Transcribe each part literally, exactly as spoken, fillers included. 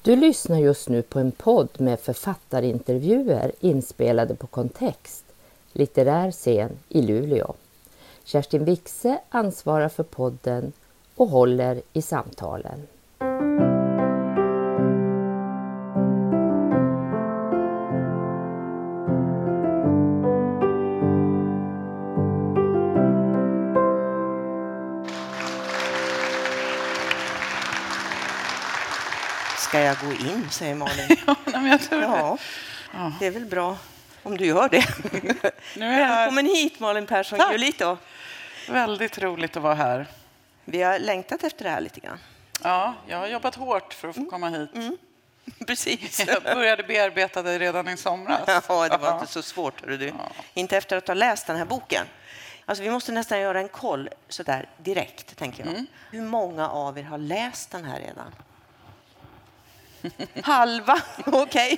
Du lyssnar just nu på en podd med författarintervjuer inspelade på Kontext, litterär scen i Luleå. Kerstin Wixe ansvarar för podden och håller i samtalen. Ska jag gå in, säger Malin. Ja, men jag tror ja, det. Det är väl bra om du gör det. Nu är jag Välkommen hit, Malin Persson Giolito. Väldigt roligt att vara här. Vi har längtat efter det här lite grann. Ja, jag har jobbat hårt för att få komma hit. Mm. Precis. Jag började bearbeta det redan i somras. Ja, det var inte så svårt, hörru du. Ja. Inte efter att ha läst den här boken. Alltså, vi måste nästan göra en koll så där direkt, tänker jag. Mm. Hur många av er har läst den här redan? Halva, okej. Okay.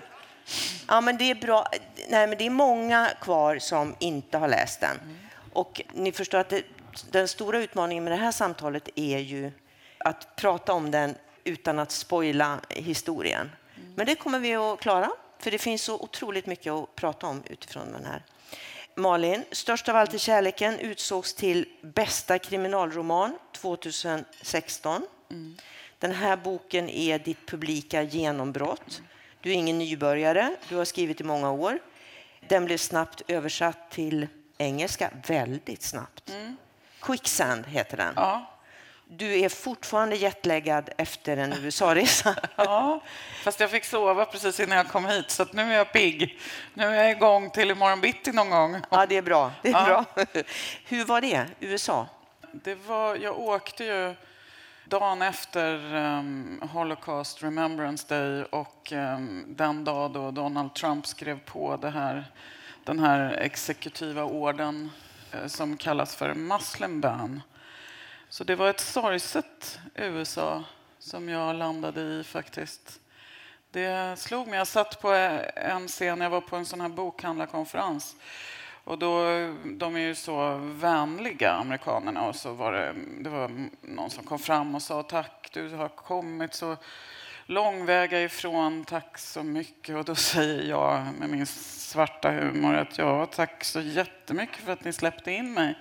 Ja, men det är bra. Nej, men det är många kvar som inte har läst den. Mm. Och ni förstår att det, den stora utmaningen med det här samtalet är ju att prata om den utan att spoila historien. Mm. Men det kommer vi att klara, för det finns så otroligt mycket att prata om utifrån den här. Malin, Störst av allt i kärleken utsågs till bästa kriminalroman tjugohundrasexton. Mm. Den här boken är ditt publika genombrott. Du är ingen nybörjare, du har skrivit i många år. Den blev snabbt översatt till engelska, väldigt snabbt. Mm. Quicksand heter den. Ja. Du är fortfarande jetlaggad efter en U S A-resa. Ja, fast jag fick sova precis innan jag kom hit, så att nu är jag pigg. Nu är jag igång till imorgon bitti någon gång. Ja, det är bra. Det är ja. bra. Hur var det, U S A? Det var, jag åkte ju dagen efter um, Holocaust Remembrance Day och um, den dag då Donald Trump skrev på det här, den här exekutiva orden uh, som kallas för Muslim ban. Så det var ett sorgset U S A som jag landade i faktiskt. Det slog mig. Jag satt på en scen, jag var på en sån här bokhandlarkonferens. Och då, de är ju så vänliga, amerikanerna, och så var det, det var någon som kom fram och sa tack, du har kommit så långväga ifrån, tack så mycket. Och då säger jag med min svarta humor att ja, tack så jättemycket för att ni släppte in mig.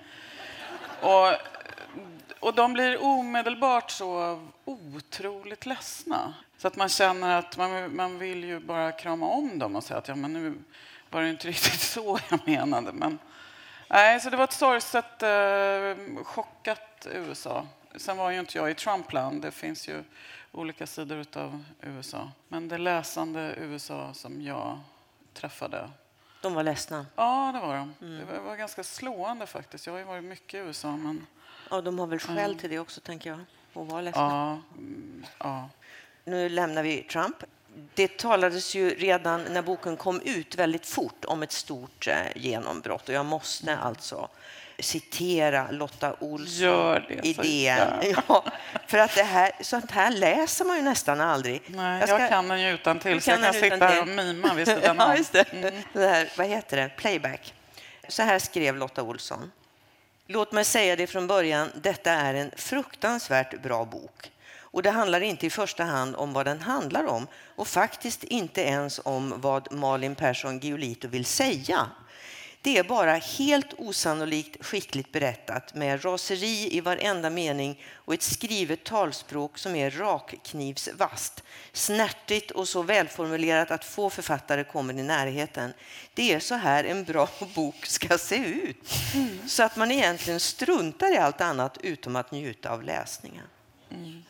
Och, och de blir omedelbart så otroligt ledsna. Så att man känner att man, man vill ju bara krama om dem och säga att ja, men nu var det inte riktigt så jag menade. Men, nej, så det var ett sorgset eh, chockat U S A. Sen var ju inte jag i Trumpland. Det finns ju olika sidor av U S A. Men det läsande U S A som jag träffade. De var ledsna? Ja, det var de. Mm. Det var, var ganska slående faktiskt. Jag har ju varit mycket i U S A. Men, ja, de har väl skäl mm. till det också, tänker jag. Och var ledsna. Ja, mm, ja. Nu lämnar vi Trump. Det talades ju redan när boken kom ut väldigt fort om ett stort eh, genombrott. Och jag måste alltså citera Lotta Olsson. Gör det, i D N. Ja, för att det här, sånt här läser man ju nästan aldrig. Nej, jag, ska, jag kan den ju utan till, så jag kan sitta här och mima. Visst, den ja, just det. Mm. Det här, vad heter det? Playback. Så här skrev Lotta Olsson. Låt mig säga det från början. Detta är en fruktansvärt bra bok. Och det handlar inte i första hand om vad den handlar om, och faktiskt inte ens om vad Malin Persson Giolito vill säga. Det är bara helt osannolikt skickligt berättat med raseri i varenda mening och ett skrivet talspråk som är rakknivsvast, snärtigt och så välformulerat att få författare kommer i närheten. Det är så här en bra bok ska se ut. Mm. Så att man egentligen struntar i allt annat utom att njuta av läsningen. Mm.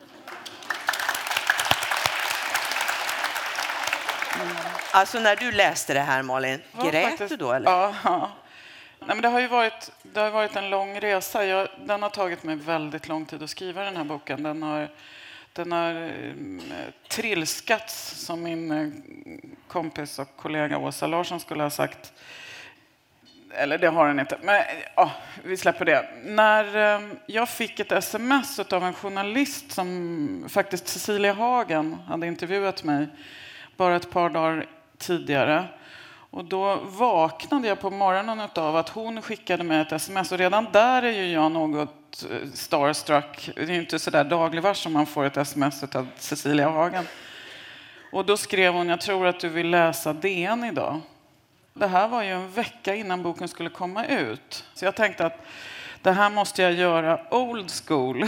Mm. Alltså när du läste det här, Malin, grät faktiskt, du då eller? Ja, ja. Nej, men det har ju varit, det har varit en lång resa. Jag, den har tagit mig väldigt lång tid att skriva den här boken. Den har, den har eh, trilskats, som min eh, kompis och kollega Åsa Larsson skulle ha sagt. Eller det har den inte. Men ja, vi släpper det. När eh, jag fick ett sms av en journalist som faktiskt Cecilia Hagen hade intervjuat mig bara ett par dagar tidigare. Och då vaknade jag på morgonen av att hon skickade mig ett sms. Och redan där är ju jag något något starstruck. Det är ju inte så där dagligvars som man får ett sms av Cecilia Hagen. Och då skrev hon, jag tror att du vill läsa D N idag. Det här var ju en vecka innan boken skulle komma ut. Så jag tänkte att det här måste jag göra old school.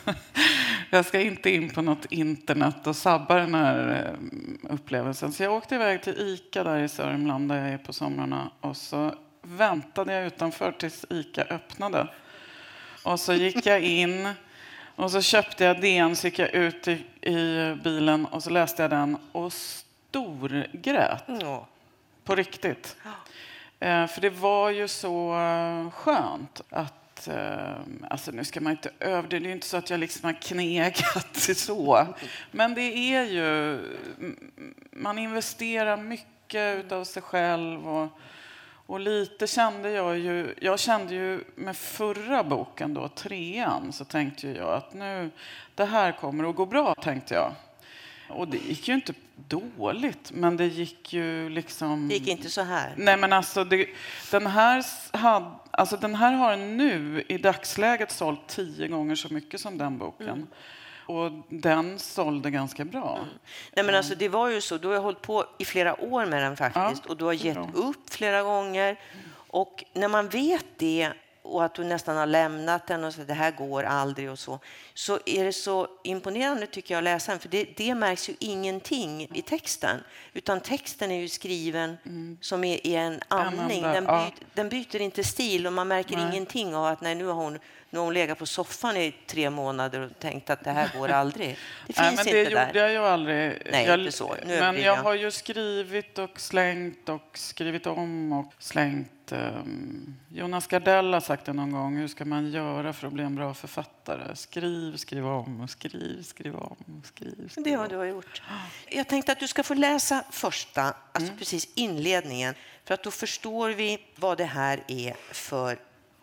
Jag ska inte in på något internet och sabba den här upplevelsen. Så jag åkte iväg till ICA där i Sörmland där jag är på somrarna. Och så väntade jag utanför tills ICA öppnade. Och så gick jag in och så köpte jag D N, så gick jag ut i, i bilen och så läste jag den och storgrät. Mm. På riktigt. Eh, för det var ju så skönt att, eh, alltså nu ska man inte överdriva, det är inte så att jag liksom har knegat så. Men det är ju, man investerar mycket av sig själv och, och lite kände jag ju, jag kände ju med förra boken då, trean, så tänkte jag att nu, det här kommer att gå bra, tänkte jag. Och det gick ju inte dåligt, men det gick ju liksom... Det gick inte så här. Nej, men alltså, det, den, här had, alltså den här har nu i dagsläget sålt tio gånger så mycket som den boken. Mm. Och den sålde ganska bra. Mm. Nej, men alltså, det var ju så. Du har hållit på i flera år med den faktiskt. Ja, och du har gett bra. upp flera gånger. Och när man vet det... och att du nästan har lämnat den och så det här går aldrig och så, så är det så imponerande tycker jag att läsa den, för det, det märks ju ingenting i texten, utan texten är ju skriven mm. som är, är en andning. Den, byt, ja. den byter inte stil och man märker nej. ingenting av att nej, nu har hon nu har hon legat på soffan i tre månader och tänkt att det här går aldrig. Det finns nej, men det inte där. Det gjorde jag ju aldrig. Nej, jag, inte så. Nu men jag har ju skrivit och slängt och skrivit om och slängt. Um, Jonas Gardell har sagt det någon gång. Hur ska man göra för att bli en bra författare? Skriv, skriv om och skriv, skriv om och skriv. skriv det har du har gjort. Jag tänkte att du ska få läsa första, alltså mm. precis inledningen. För att då förstår vi vad det här är för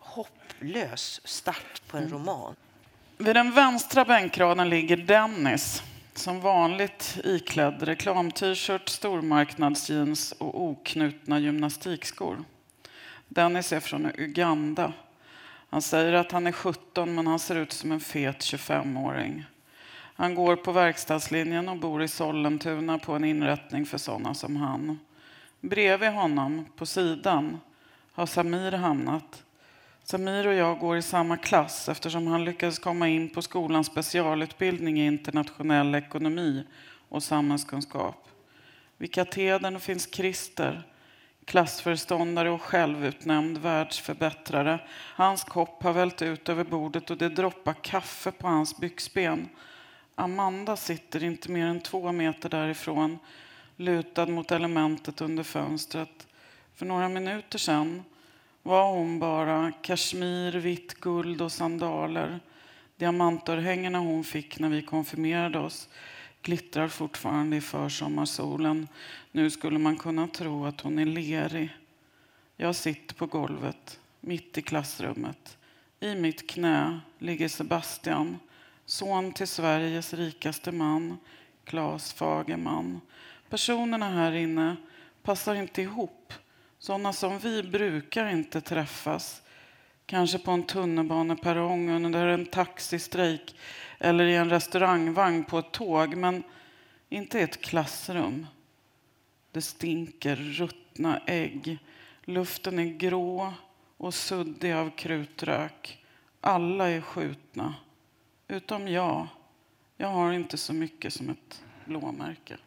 hopplös start på en mm. roman. Vid den vänstra bänkraden ligger Dennis. Som vanligt iklädd reklam-t-shirt, stormarknadsjeans och oknutna gymnastikskor. Dennis är från Uganda. Han säger att han är sjutton, men han ser ut som en fet tjugofemåring. Han går på verkstadslinjen och bor i Sollentuna på en inrättning för sådana som han. Bredvid honom, på sidan, har Samir hamnat. Samir och jag går i samma klass eftersom han lyckades komma in på skolans specialutbildning i internationell ekonomi och samhällskunskap. Vid katedern finns Christer, klassföreståndare och självutnämnd världsförbättrare. Hans kopp har vält ut över bordet och det droppar kaffe på hans byxben. Amanda sitter inte mer än två meter därifrån, lutad mot elementet under fönstret. För några minuter sedan var hon bara kashmir, vitt guld och sandaler. Diamantörhängena hon fick när vi konfirmerade oss glittrar fortfarande i försommarsolen. Nu skulle man kunna tro att hon är lerig. Jag sitter på golvet, mitt i klassrummet. I mitt knä ligger Sebastian, son till Sveriges rikaste man, Claes Fagerman. Personerna här inne passar inte ihop. Sådana som vi brukar inte träffas. Kanske på en tunnelbaneperrong under en taxistrejk eller i en restaurangvagn på ett tåg, men inte i ett klassrum. Det stinker ruttna ägg. Luften är grå och suddig av krutrök. Alla är skjutna. Utom jag. Jag har inte så mycket som ett blåmärke.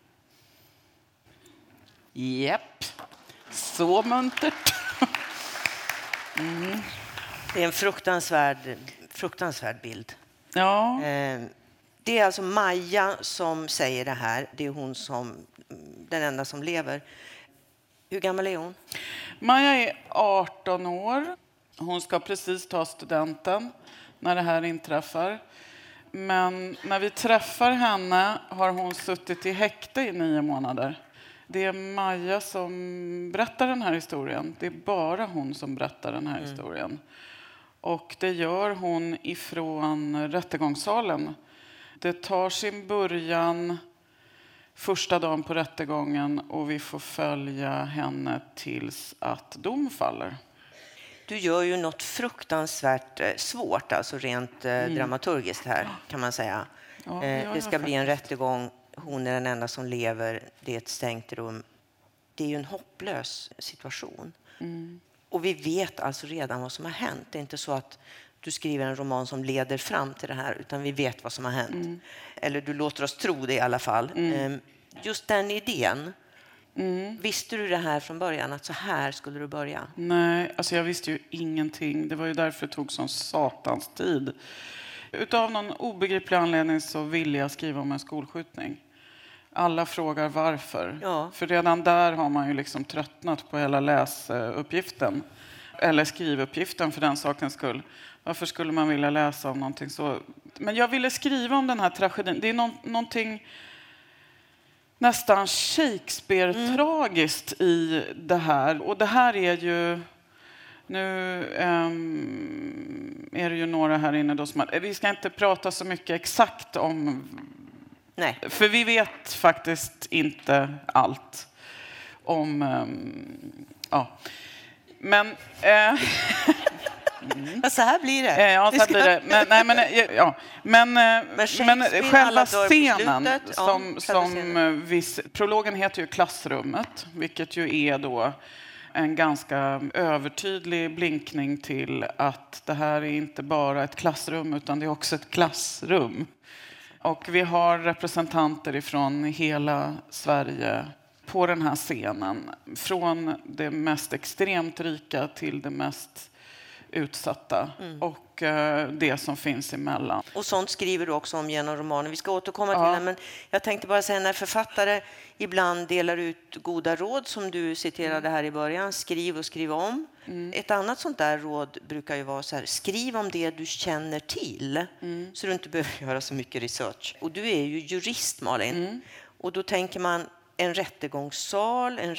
Japp. Så muntert. Mm. Det är en fruktansvärd, fruktansvärd bild. Ja. Det är alltså Maja som säger det här. Det är hon som, den enda som lever. Hur gammal är hon? Maja är arton år. Hon ska precis ta studenten när det här inträffar. Men när vi träffar henne har hon suttit i häkte i nio månader. Det är Maja som berättar den här historien. Det är bara hon som berättar den här mm. historien. Och det gör hon ifrån rättegångssalen. Det tar sin början första dagen på rättegången och vi får följa henne tills att dom faller. Du gör ju något fruktansvärt svårt, alltså rent mm. dramaturgiskt här kan man säga. Ja, det, det ska bli en rättegång. Hon är den enda som lever. Det är ett stängt rum. Det är ju en hopplös situation. Mm. Och vi vet alltså redan vad som har hänt. Det är inte så att du skriver en roman som leder fram till det här, utan vi vet vad som har hänt. Mm. Eller du låter oss tro det i alla fall. Mm. Just den idén. Mm. Visste du det här från början, att så här skulle du börja? Nej, alltså jag visste ju ingenting. Det var ju därför det tog sån satans tid. Utav någon obegriplig anledning så ville jag skriva om en skolskjutning. Alla frågar varför. Ja. För redan där har man ju liksom tröttnat på hela läsuppgiften. Eller skrivuppgiften för den sakens skull. Varför skulle man vilja läsa om någonting så? Men jag ville skriva om den här tragedin. Det är no- någonting nästan Shakespeare-tragiskt mm. i det här. Och det här är ju... Nu um, är det ju några här inne då som... Vi ska inte prata så mycket exakt om... Nej. För vi vet faktiskt inte allt om... Um, ja. Men... Eh, Mm. Så här blir det. Ja, så här blir det. Men, nej, men, ja. men, men, men själva scenen, som, ja, som scenen. Viss, prologen heter ju Klassrummet, vilket ju är då en ganska övertydlig blinkning till att det här är inte bara ett klassrum, utan det är också ett klassrum. Och vi har representanter ifrån hela Sverige på den här scenen. Från det mest extremt rika till det mest utsatta mm. och uh, det som finns emellan. Och sånt skriver du också om genom romanen. Vi ska återkomma till ja. det, men jag tänkte bara säga, när författare ibland delar ut goda råd som du citerade här i början, skriv och skriv om. Mm. Ett annat sånt där råd brukar ju vara så här: skriv om det du känner till mm. så du inte behöver göra så mycket research. Och du är ju jurist, Malin. Mm. Och då tänker man en rättegångssal, en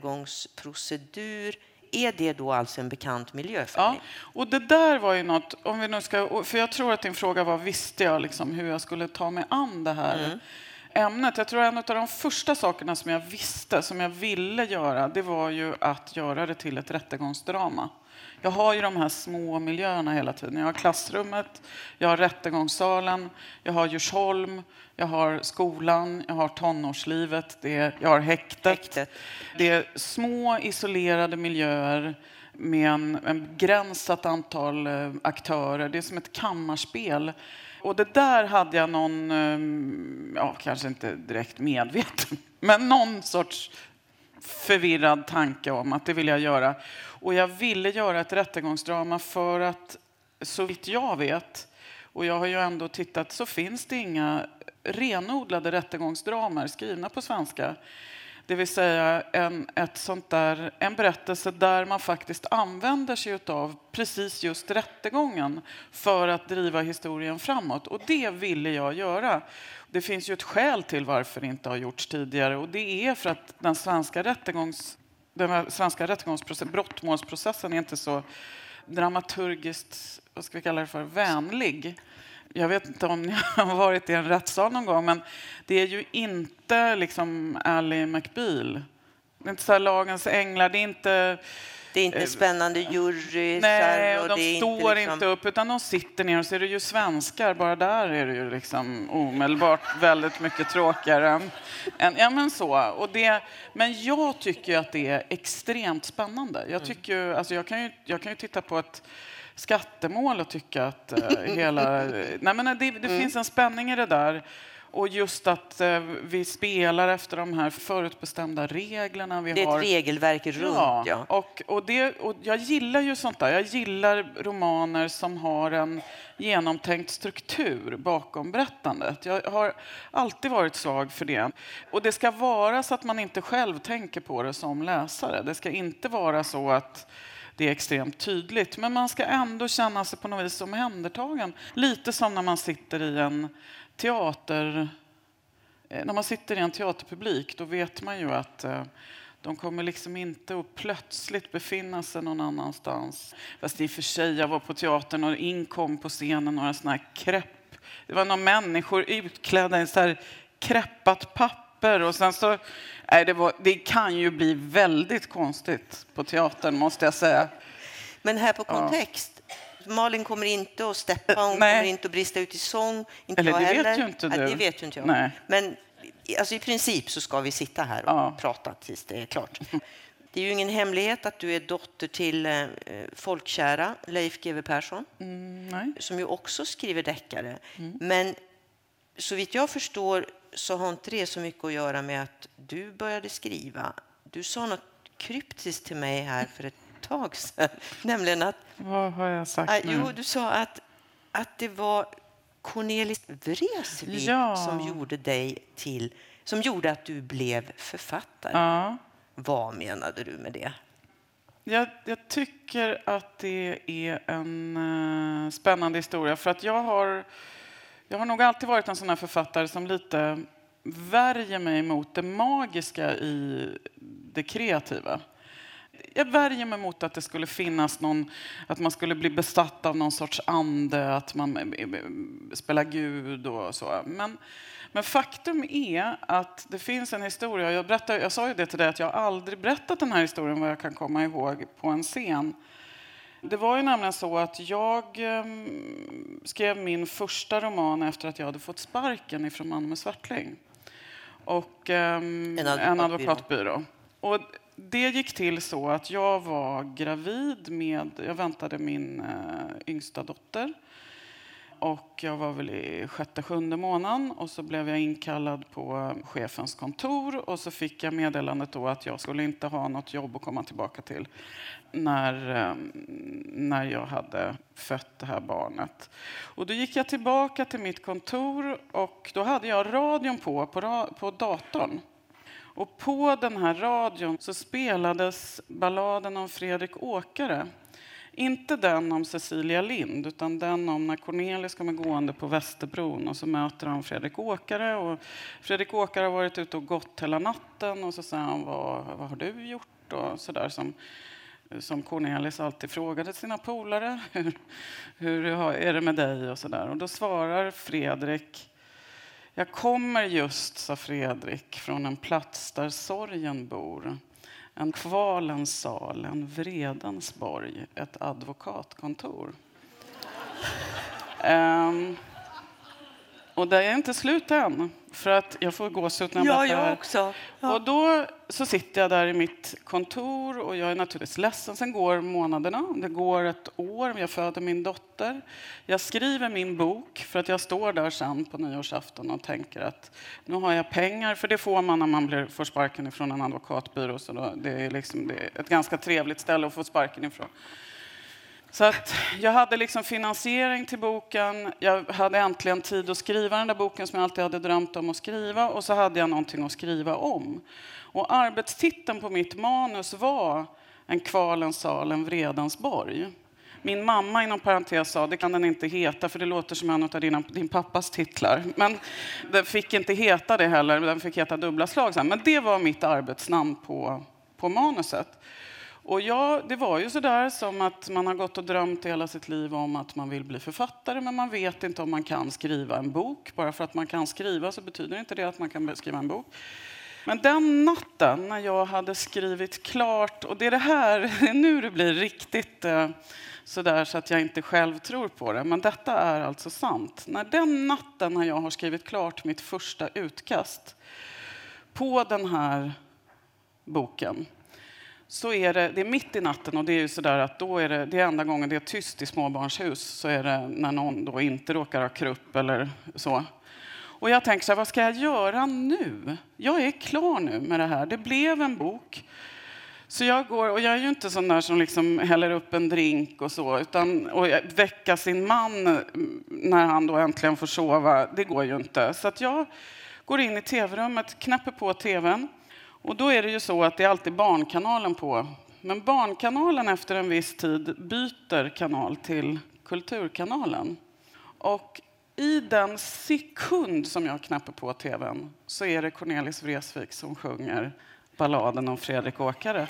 rättegångsprocedur. Är det då alltså en bekant miljö för ja, dig? Och det där var ju något, om vi nu ska, för jag tror att din fråga var, visste jag liksom hur jag skulle ta mig an det här mm. ämnet. Jag tror en av de första sakerna som jag visste, som jag ville göra, det var ju att göra det till ett rättegångsdrama. Jag har ju de här små miljöerna hela tiden. Jag har klassrummet, jag har rättegångssalen, jag har Djursholm, jag har skolan, jag har tonårslivet, det är, jag har häktet. häktet. Det är små isolerade miljöer med en, en begränsat antal eh, aktörer. Det är som ett kammarspel. Och det där hade jag någon, eh, ja kanske inte direkt medveten, men någon sorts förvirrad tanke om att det vill jag göra. Och jag ville göra ett rättegångsdrama för att, så vitt jag vet, och jag har ju ändå tittat, så finns det inga renodlade rättegångsdramer skrivna på svenska. Det vill säga en, ett sånt där, en berättelse där man faktiskt använder sig av precis just rättegången för att driva historien framåt. Och det ville jag göra. Det finns ju ett skäl till varför det inte har gjorts tidigare, och det är för att den svenska rättegångs, den svenska rättegångsprocessen, brottmålsprocessen är inte så dramaturgiskt, vad ska vi kalla det för, vänlig. Jag vet inte om ni har varit i en rättssal någon gång, men det är ju inte liksom Ally McBeal. Det är inte så här lagens änglar, det är inte... Det är inte spännande jury. Nej, och, och de de står inte, liksom... inte upp, utan de sitter ner, och så är det ju svenskar. Bara där är det ju liksom omedelbart väldigt mycket tråkigare än, än ja, men så. Och det, men jag tycker att det är extremt spännande. Jag tycker ju, alltså jag kan ju, jag kan ju titta på ett skattemål och tycka att uh, hela... Nej, men det, det mm. finns en spänning i det där. Och just att eh, vi spelar efter de här förutbestämda reglerna. Vi det är har... ett regelverk runt, ja. ja. Och, och, det, och jag gillar ju sånt där. Jag gillar romaner som har en genomtänkt struktur bakom berättandet. Jag har alltid varit svag för det. Och det ska vara så att man inte själv tänker på det som läsare. Det ska inte vara så att det är extremt tydligt. Men man ska ändå känna sig på något vis omhändertagen. Lite som när man sitter i en... teater, när man sitter i en teaterpublik, då vet man ju att eh, de kommer liksom inte att plötsligt befinna sig någon annanstans. Fast i och för sig, jag var på teatern och inkom på scenen några såna här krepp. Det var några människor utklädda i så här kreppat papper, och sen så, nej, det, var, det kan ju bli väldigt konstigt på teatern, måste jag säga. Men här på kontext, ja. Malin kommer inte att steppa, hon kommer inte att brista ut i sång. Inte Eller jag det heller. vet ju inte du. Nej, det vet ju inte jag. Nej. Men alltså, i princip så ska vi sitta här och ja. prata tills det är klart. Det är ju ingen hemlighet att du är dotter till eh, folkkära Leif G W Persson. Mm, nej. Som ju också skriver deckare. Mm. Men så vitt jag förstår så har inte det så mycket att göra med att du började skriva. Du sa något kryptiskt till mig här för ett tag sedan. Nämligen att... Vad har jag sagt äh, nu? Jo, du sa att, att det var Cornelis Vreeswijk ja. som gjorde dig till... Som gjorde att du blev författare. Ja. Vad menade du med det? Jag, jag tycker att det är en uh, spännande historia. För att jag har, jag har nog alltid varit en sån här författare som lite värjer mig mot det magiska i det kreativa. Jag värjer mig mot att det skulle finnas någon, att man skulle bli besatt av någon sorts ande, att man spelar Gud och så. Men, men faktum är att det finns en historia. Jag, berättade, jag sa ju det till dig att jag aldrig berättat den här historien vad jag kan komma ihåg på en scen. Det var ju nämligen så att jag eh, skrev min första roman efter att jag hade fått sparken ifrån Malmö Svartling. Och eh, en advokatbyrå. En advokatbyrå. Och det gick till så att jag var gravid med, jag väntade min eh, yngsta dotter. Och jag var väl i sjätte, sjunde månaden och så blev jag inkallad på chefens kontor och så fick jag meddelandet då att jag skulle inte ha något jobb att komma tillbaka till när, eh, när jag hade fött det här barnet. Och då gick jag tillbaka till mitt kontor och då hade jag radion på, på, ra- på datorn. Och på den här radion så spelades balladen om Fredrik Åkare. Inte den om Cecilia Lind, utan den om när Cornelis kommer gående på Västerbron och så möter han Fredrik Åkare. Och Fredrik Åkare har varit ute och gått hela natten och så säger han, vad, vad har du gjort? Och så där som, som Cornelis alltid frågade sina polare. Hur, hur är det med dig? Och så där. Och då svarar Fredrik, jag kommer just, sa Fredrik, från en plats där sorgen bor. En kvalens sal, en vredens borg, ett advokatkontor. um, och det är inte slut än, för att jag får gåshud när jag ja, berättar. Jag också. Ja. Och då så sitter jag där i mitt kontor och jag är naturligtvis ledsen. Sen går månaderna, det går ett år, jag föder min dotter. Jag skriver min bok för att jag står där sen på nyårsafton och tänker att nu har jag pengar. För det får man när man blir, får sparken ifrån en advokatbyrå. Så då, det, är liksom, det är ett ganska trevligt ställe att få sparken ifrån. Så att jag hade liksom finansiering till boken. Jag hade äntligen tid att skriva den där boken som jag alltid hade drömt om att skriva. Och så hade jag någonting att skriva om. Och arbetstiteln på mitt manus var En kvalens sal, en vredens borg. Min mamma inom parentes sa, det kan den inte heta för det låter som en av dina, din pappas titlar. Men den fick inte heta det heller, den fick heta Dubbla slag sen. Men det var mitt arbetsnamn på, på manuset. Och ja, det var ju så där som att man har gått och drömt hela sitt liv om att man vill bli författare, men man vet inte om man kan skriva en bok. Bara för att man kan skriva så betyder inte det att man kan skriva en bok. Men den natten när jag hade skrivit klart, och det är det här, nu det blir riktigt eh, så där så att jag inte själv tror på det, men detta är alltså sant. När den natten när jag har skrivit klart mitt första utkast på den här boken, så är det, det är mitt i natten och det är ju så där att då är det, det är enda gången det är tyst i småbarnshus, så är det när någon då inte råkar ha krupp eller så. Och jag tänker så här, vad ska jag göra nu? Jag är klar nu med det här. Det blev en bok. Så jag går, och jag är ju inte sån där som liksom häller upp en drink och så, utan och väcka sin man när han då äntligen får sova, det går ju inte. Så att jag går in i tv-rummet, knäpper på tvn. Och då är det ju så att det är alltid Barnkanalen på. Men Barnkanalen efter en viss tid byter kanal till Kulturkanalen. Och i den sekund som jag knappar på tvn så är det Cornelis Vreeswijk som sjunger balladen om Fredrik Åkare.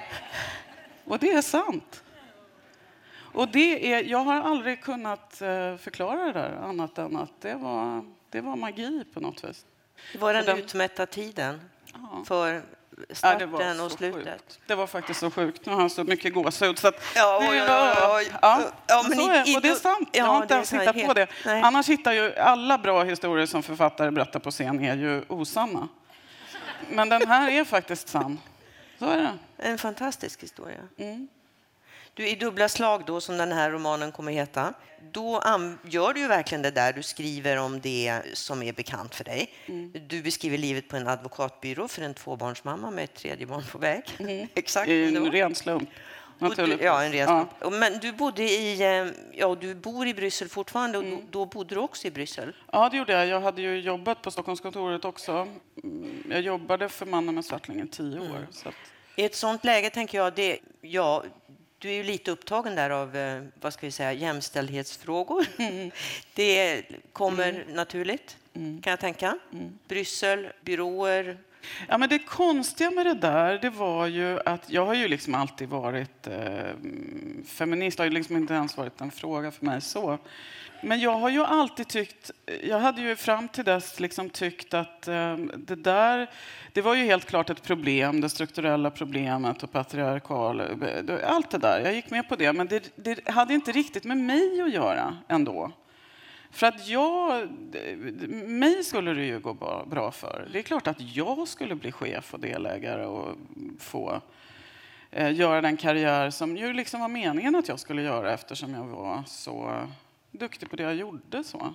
Och det är sant. Och det är, jag har aldrig kunnat förklara det där annat än att det var, det var magi på något vis. Det var den den utmätta tiden ja. för starten ja, det var och så slutet. Sjukt. Det var faktiskt så sjukt. Nu har han så mycket gåshud. Så att Ja, det, oj, oj, oj. Ja, Ja, men så i- är, och det är sant. Jag ja, har inte det är ens sant, hittat på helt- det. nej. Annars hittar ju alla bra historier som författare berättar på scen är ju osanna. Men den här är faktiskt sann. Så är det. En fantastisk historia. Mm. Du, i Dubbla slag då, som den här romanen kommer heta, då am- gör du ju verkligen det där. Du skriver om det som är bekant för dig. Mm. Du beskriver livet på en advokatbyrå för en tvåbarnsmamma med ett tredje barn på väg. Mm. Exakt. I då. en ren slump. Och du, ja, en ren Ja. slump. Men du bodde i, eh, ja, du bor i Bryssel fortfarande och Mm. då, då bodde du också i Bryssel. Ja, det gjorde jag. Jag hade ju jobbat på Stockholmskontoret också. Mm, Jag jobbade för Mannen med Svartlingen i tio år. Så att, I ett sånt läge tänker jag, det, ja, du är ju lite upptagen där av eh, vad ska vi säga, jämställdhetsfrågor. Mm. Det kommer naturligt, kan jag tänka. Mm. Bryssel, byråer. ja, men det konstiga med det där, det var ju att jag har ju liksom alltid varit eh, feminist. Det har ju liksom inte ens varit en fråga för mig så. Men jag har ju alltid tyckt, jag hade ju fram till dess liksom tyckt att eh, det där, det var ju helt klart ett problem, det strukturella problemet och patriarkal, allt det där. Jag gick med på det, men det, det hade inte riktigt med mig att göra ändå. För att jag, mig skulle det ju gå bra, bra för. Det är klart att jag skulle bli chef och delägare och få eh, göra den karriär som ju liksom var meningen att jag skulle göra eftersom jag var så duktig på det jag gjorde. Så,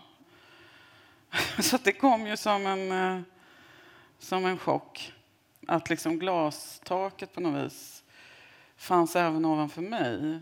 så att det kom ju som en, eh, som en chock att liksom glastaket på något vis fanns även ovanför mig.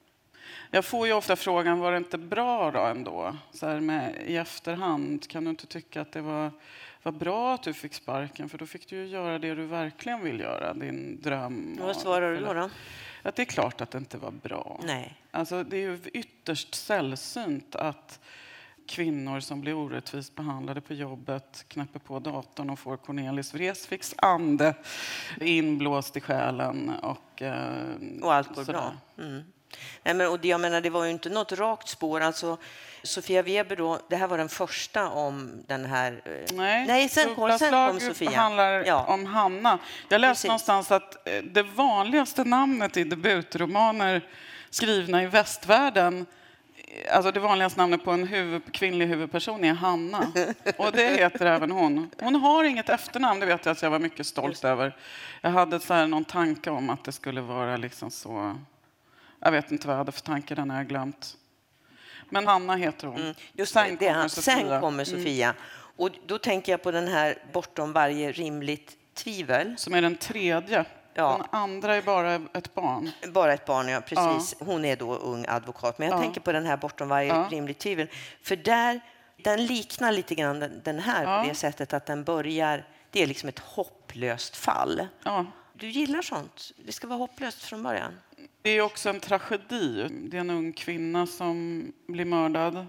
Jag får ju ofta frågan, var det inte bra då ändå? Så här med, i efterhand, kan du inte tycka att det var, var bra att du fick sparken? För då fick du ju göra det du verkligen vill göra, din dröm. Vad svarar du då? då? Att det är klart att det inte var bra. Nej. Alltså, det är ju ytterst sällsynt att kvinnor som blir orättvist behandlade på jobbet knäpper på datorn och får Cornelis Vreeswijks ande inblåst i själen. Och, eh, Och allt går sådär. bra. Mm. Nej, men, och det, jag menar, det var ju inte något rakt spår. Alltså, Sofia Weber då, det här var den första om den här... eh, Nej, Nej sen, kom, sen kom Sofia. handlar Ja. om Hanna. Jag läste Precis. någonstans att eh, det vanligaste namnet i debutromaner skrivna i västvärlden, eh, alltså det vanligaste namnet på en huvud, kvinnlig huvudperson är Hanna. Och det heter även hon. Hon har inget efternamn, det vet jag att jag var mycket stolt över. Jag hade så här någon tanke om att det skulle vara liksom så... Jag vet inte vad jag hade för tanke, den har jag glömt. Men Hanna heter hon. Mm, just sen, det, det, kommer han, Sofia. sen kommer Sofia. Mm. Och då tänker jag på den här Bortom varje rimligt tvivel. Som är den tredje. Ja. Den andra är bara ett barn. Bara ett barn, ja, precis. Ja. Hon är då ung advokat. Men jag Ja. tänker på den här Bortom varje Ja. rimligt tvivel. För där, den liknar lite grann den- den här Ja. på det sättet att den börjar... Det är liksom ett hopplöst fall. Ja. Du gillar sånt. Det ska vara hopplöst från början. Det är också en tragedi. Det är en ung kvinna som blir mördad.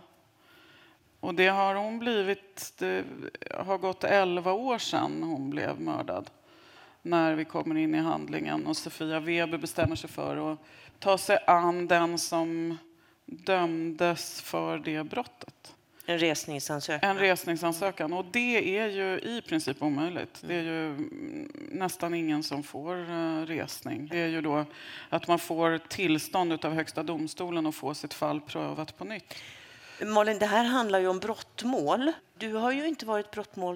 Och det har hon blivit... Det har gått elva år sedan hon blev mördad. När vi kommer in i handlingen. Och Sofia Weber bestämmer sig för att ta sig an den som dömdes för det brottet. En resningsansökan. En resningsansökan. Och det är ju i princip omöjligt. Det är ju mm, nästan ingen som får uh, resning. Det är ju då att man får tillstånd av Högsta domstolen att få sitt fall prövat på nytt. Malin, det här handlar ju om brottmål. Du har ju inte varit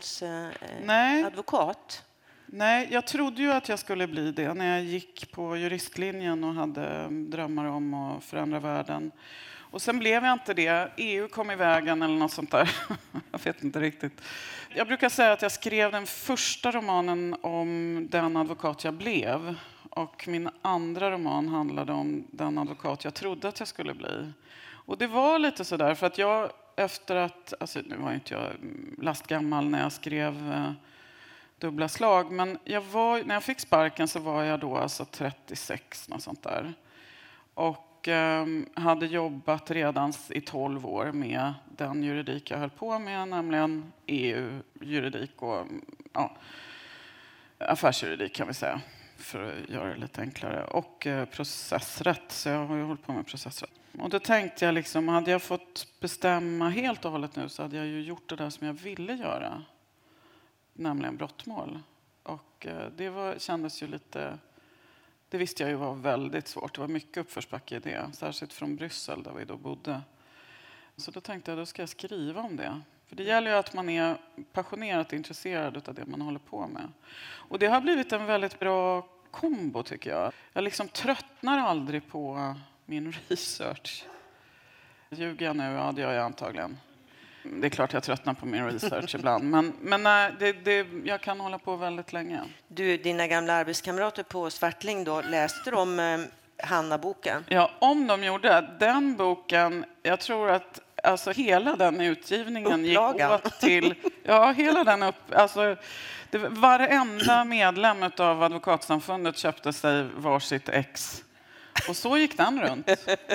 brottmålsadvokat. Nej, jag trodde ju att jag skulle bli det när jag gick på juristlinjen och hade drömmar om att förändra världen. Och sen blev jag inte det. E U kom i vägen eller något sånt där. Jag vet inte riktigt. Jag brukar säga att jag skrev den första romanen om den advokat jag blev. Och min andra roman handlade om den advokat jag trodde att jag skulle bli. Och det var lite så där för att jag efter att, alltså nu var inte jag lastgammal när jag skrev eh, Dubbla slag, men jag var, när jag fick sparken så var jag då alltså trettiosex, något sånt där. Och eh, hade jobbat redan i tolv år med den juridik jag höll på med, nämligen E U-juridik och ja, affärsjuridik kan vi säga, för att göra det lite enklare. Och eh, processrätt, så jag har ju hållit på med processrätt. Och då tänkte jag liksom, hade jag fått bestämma helt och hållet nu så hade jag ju gjort det där som jag ville göra. Nämligen brottmål. Och det var, kändes ju lite... Det visste jag ju var väldigt svårt. Det var mycket uppförsbacke i det. Särskilt från Bryssel där vi då bodde. Så då tänkte jag, då ska jag skriva om det. För det gäller ju att man är passionerat intresserad av det man håller på med. Och det har blivit en väldigt bra kombo tycker jag. Jag liksom tröttnar aldrig på min research. Ljuger jag nu? Ja, det gör jag antagligen. Det är klart jag tröttnar på min research ibland. Men, men nej, det, det, jag kan hålla på väldigt länge. Du, dina gamla arbetskamrater på Svartling då, läste de eh, Hanna-boken? Ja, om de gjorde. Den boken, jag tror att alltså, hela den utgivningen Upplagan. gick åt till... Ja, hela den upp... Alltså, det, varenda medlem av advokatsamfundet köpte sig varsitt ex. Och så gick den runt.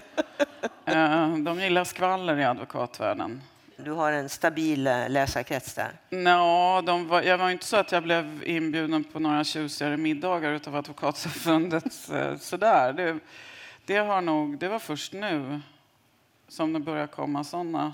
De gillar skvaller i advokatvärlden. Du har en stabil läsarkrets där. Nå, de var, jag var inte så att jag blev inbjuden på några tjusigare middagar utav advokatsamfundet. Sådär. Det, det, har nog, det var först nu som det börjar komma sådana.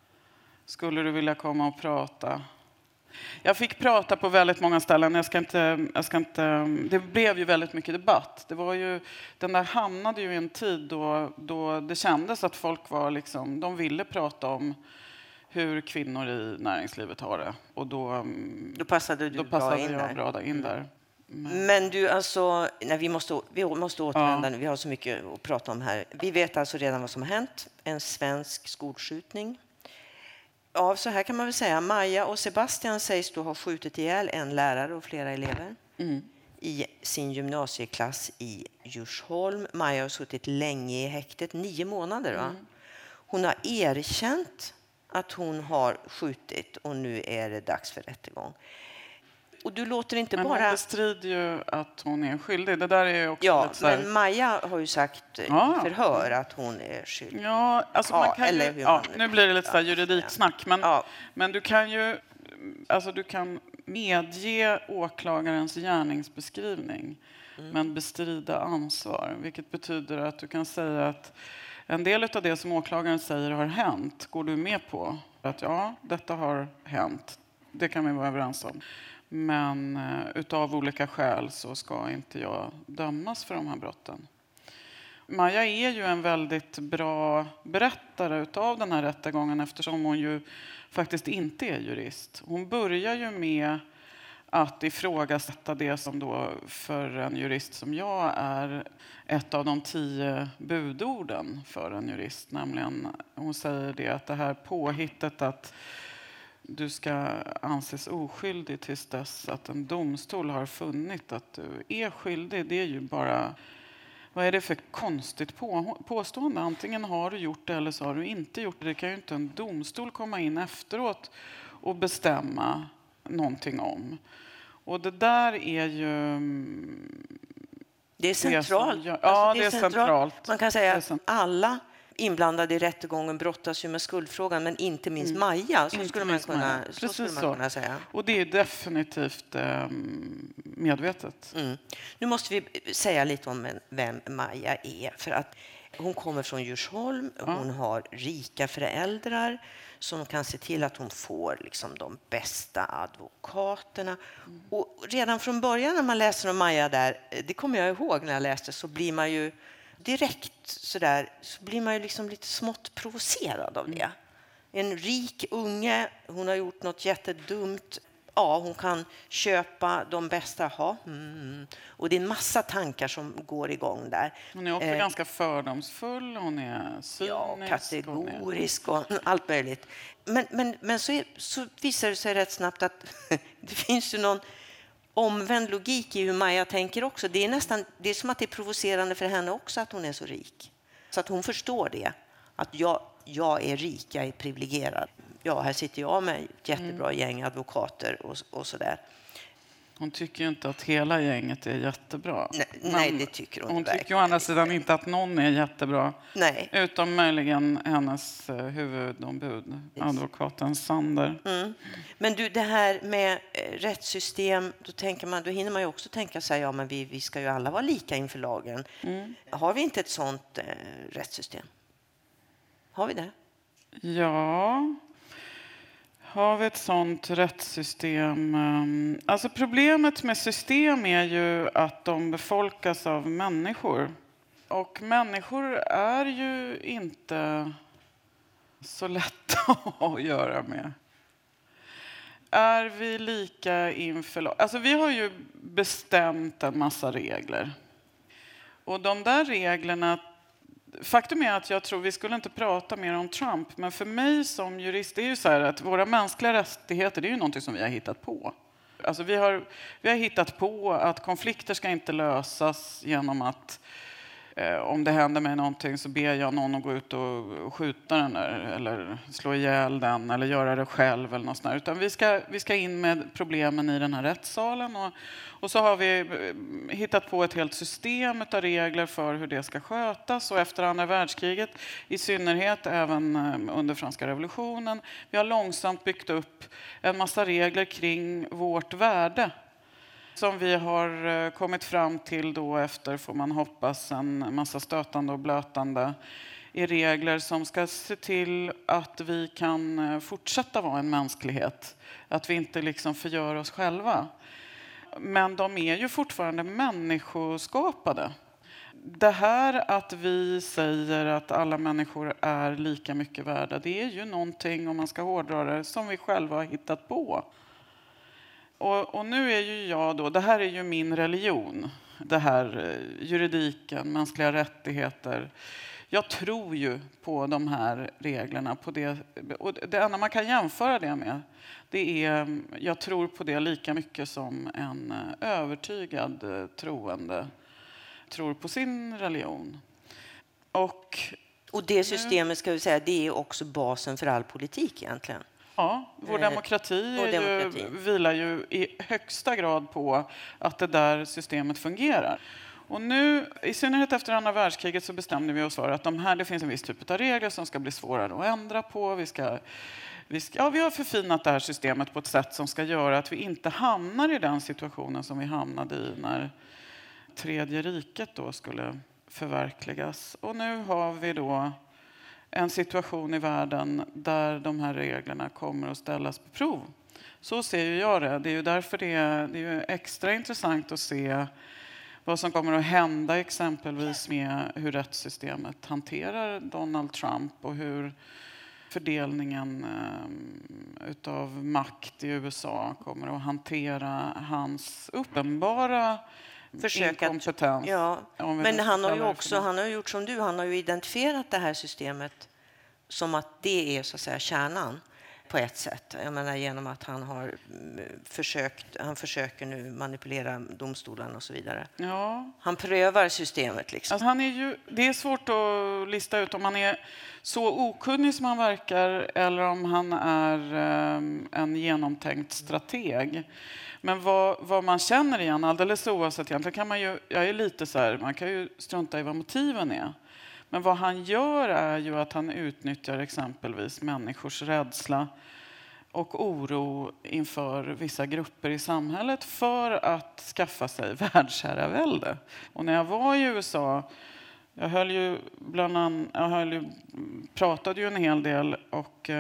Skulle du vilja komma och prata? Jag fick prata på väldigt många ställen. Jag ska inte, jag ska inte, det blev ju väldigt mycket debatt. Det var ju, den där hamnade ju i en tid då, då det kändes att folk var liksom, de ville prata om hur kvinnor i näringslivet har det. Och då, då passade du då passade bra in jag där. bra in där. Men, Men du, alltså, nej, vi, måste, vi måste återvända ja. nu. Vi har så mycket att prata om här. Vi vet alltså redan vad som har hänt. En svensk skolskjutning. Ja, så här kan man väl säga. Maja och Sebastian sägs då ha skjutit ihjäl en lärare och flera elever mm. i sin gymnasieklass i Djursholm. Maja har suttit länge i häktet, nio månader. Va? Mm. Hon har erkänt att hon har skjutit och nu är det dags för rättegång. Och du låter inte men bara... hon bestrider ju att hon är skyldig. Det där är också ja, lite så här... men Maja har ju sagt ja. i förhör att hon är skyldig. Ja, alltså ja, man kan eller ju... ja, nu blir det lite så här juridiksnack. Men, ja. men du kan ju... Alltså du kan medge åklagarens gärningsbeskrivning mm. men bestrida ansvar. Vilket betyder att du kan säga att en del av det som åklagaren säger har hänt går du med på. Att ja, detta har hänt. Det kan vi vara överens om. Men uh, utav olika skäl så ska inte jag dömas för de här brotten. Maja är ju en väldigt bra berättare utav den här rättegången eftersom hon ju faktiskt inte är jurist. Hon börjar ju med att ifrågasätta det som då för en jurist som jag är ett av de tio budorden för en jurist. Nämligen, hon säger det att det här påhittet att du ska anses oskyldig tills dess att en domstol har funnit att du är skyldig. Det är ju bara, vad är det för konstigt på, påstående? Antingen har du gjort det eller så har du inte gjort det. Det kan ju inte en domstol komma in efteråt och bestämma någonting om. Och det där är ju... Det är centralt. Det som, ja, alltså, det är det är centralt. centralt. Man kan säga att alla inblandade i rättegången brottas ju med skuldfrågan, men inte minst mm. Maja. Så inte skulle man kunna, så Precis skulle man kunna säga. Och det är definitivt eh, medvetet. Mm. Nu måste vi säga lite om vem Maja är. För att hon kommer från Djursholm. Ja. Hon har rika föräldrar som kan se till att hon får liksom de bästa advokaterna. Mm. Och redan från början när man läser om Maja där, det kommer jag ihåg när jag läste, så blir man ju direkt så där, så blir man ju liksom lite smått provocerad av det. En rik unge, hon har gjort något jättedumt. Ja, hon kan köpa de bästa. Ha. Mm. Och det är en massa tankar som går igång där. Hon är också eh, ganska fördomsfull, hon är cynisk. Ja, kategorisk och allt möjligt. Men, men, men så, är, så visar det sig rätt snabbt att det finns ju någon omvänd logik i hur Maja tänker också. Det är nästan, det är som att det är provocerande för henne också att hon är så rik. Så att hon förstår det. Att jag, jag är rik, jag är privilegierad. Ja, här sitter jag med ett jättebra gäng advokater och, och sådär. Hon tycker ju inte att hela gänget är jättebra. Nej, nej det tycker hon, hon tycker å andra sidan inte att någon är jättebra. Nej. Utom möjligen hennes huvudombud, advokaten Sander. Mm. Men du, det här med rättssystem, då, tänker man, då hinner man ju också tänka sig, ja men vi, vi ska ju alla vara lika inför lagen. Mm. Har vi inte ett sånt eh, rättssystem? Har vi det? Ja... Har vi ett sånt rättssystem? Alltså problemet med system är ju att de befolkas av människor. Och människor är ju inte så lätta att göra med. Är vi lika inför lag? Alltså vi har ju bestämt en massa regler. Och de där reglerna... Faktum är att jag tror vi skulle inte prata mer om Trump, men för mig som jurist är ju så här att våra mänskliga rättigheter, det är ju någonting som vi har hittat på. Alltså vi har, vi har hittat på att konflikter ska inte lösas genom att eh, om det händer mig någonting så ber jag någon att gå ut och skjuta den där, eller slå ihjäl den eller göra det själv eller något sånt där. Utan vi ska, vi ska in med problemen i den här rättssalen och, och så har vi hittat på ett helt system av regler för hur det ska skötas. Och efter andra världskriget, i synnerhet även under franska revolutionen, vi har långsamt byggt upp en massa regler kring vårt värde. Som vi har kommit fram till då efter, får man hoppas, en massa stötande och blötande i regler som ska se till att vi kan fortsätta vara en mänsklighet. Att vi inte liksom förgör oss själva. Men de är ju fortfarande människoskapade. Det här att vi säger att alla människor är lika mycket värda, det är ju någonting, om man ska hårdra det, som vi själva har hittat på. Och, och nu är ju jag då, det här är ju min religion, det här juridiken, mänskliga rättigheter. Jag tror ju på de här reglerna, på det, och det enda man kan jämföra det med, det är, jag tror på det lika mycket som en övertygad troende tror på sin religion. Och, och det systemet, ska vi säga, det är också basen för all politik egentligen. Ja, vår demokrati är ju, vilar ju i högsta grad på att det där systemet fungerar. Och nu, i synnerhet efter andra världskriget, så bestämde vi oss för att de här, det finns en viss typ av regler som ska bli svårare att ändra på. Vi, ska, vi, ska, ja, vi har förfinat det här systemet på ett sätt som ska göra att vi inte hamnar i den situationen som vi hamnade i när tredje riket då skulle förverkligas. Och nu har vi då en situation i världen där de här reglerna kommer att ställas på prov. Så ser ju jag det. Det är ju därför det är, det är extra intressant att se vad som kommer att hända exempelvis med hur rättssystemet hanterar Donald Trump och hur fördelningen eh, utav makt i U S A kommer att hantera hans uppenbara Försök inkompetens. Att, ja, men han har ju också han har gjort som du, han har ju identifierat det här systemet som att det är så att säga kärnan på ett sätt. Jag menar genom att han har försökt, han försöker nu manipulera domstolarna och så vidare. Ja. Han prövar systemet liksom. Alltså han är ju, det är svårt att lista ut om han är så okunnig som han verkar eller om han är um, en genomtänkt strateg. Men vad, vad man känner igen, alldeles oavsett egentligen kan man ju, jag är lite så här, man kan ju strunta i vad motiven är. Men vad han gör är ju att han utnyttjar exempelvis människors rädsla och oro inför vissa grupper i samhället för att skaffa sig världsherravälde. Och när jag var i U S A, jag höll ju bland annat, jag höll ju, pratade ju en hel del och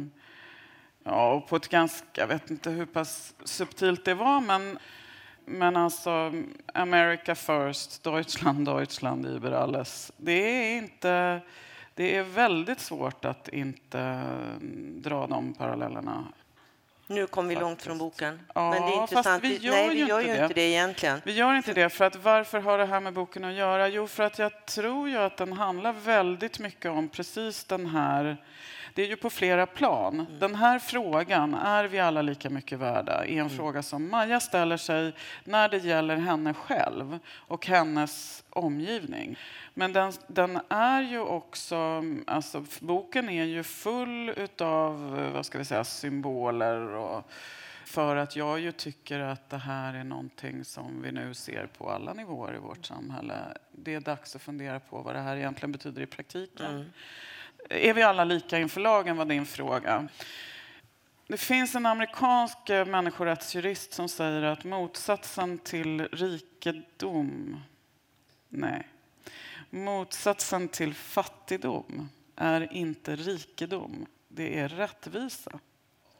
ja, och på ett ganska, jag vet inte hur pass subtilt det var, men Men alltså, America first, Deutschland, Deutschland über alles. Det är inte, det är väldigt svårt att inte dra de parallellerna. Nu kom vi långt från boken. Ja, men det är intressant. Vi gör, Nej, vi ju, gör inte ju det. inte det egentligen. Vi gör inte det, för att varför har det här med boken att göra? Jo, för att jag tror ju att den handlar väldigt mycket om precis den här. Det är ju på flera plan. Mm. Den här frågan, är vi alla lika mycket värda? Är en mm. fråga som Maja ställer sig när det gäller henne själv och hennes omgivning. Men den, den är ju också, alltså boken är ju full utav, vad ska vi säga, symboler och för att jag ju tycker att det här är någonting som vi nu ser på alla nivåer i vårt samhälle. Det är dags att fundera på vad det här egentligen betyder i praktiken. Mm. Är vi alla lika inför lagen, var din fråga. Det finns en amerikansk människorättsjurist som säger att motsatsen till rikedom, nej, motsatsen till fattigdom är inte rikedom, det är rättvisa.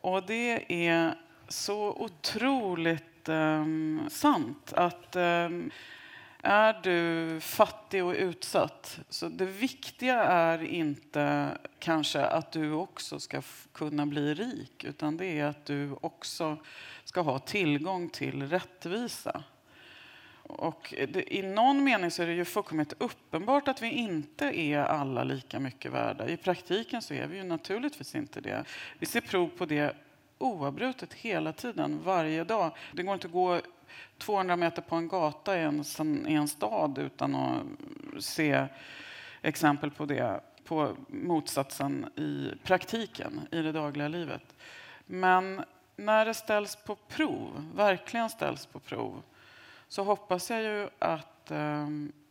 Och det är så otroligt um, sant att um, är du fattig och utsatt, så det viktiga är inte kanske att du också ska f- kunna bli rik, utan det är att du också ska ha tillgång till rättvisa. Och det, i någon mening så är det ju fullkomligt uppenbart att vi inte är alla lika mycket värda. I praktiken så är vi ju naturligtvis inte det. Vi ser prov på det oavbrutet hela tiden, varje dag. Det går inte att gå tvåhundra meter på en gata i en, i en stad utan att se exempel på det, på motsatsen i praktiken, i det dagliga livet. Men när det ställs på prov, verkligen ställs på prov, så hoppas jag ju att eh,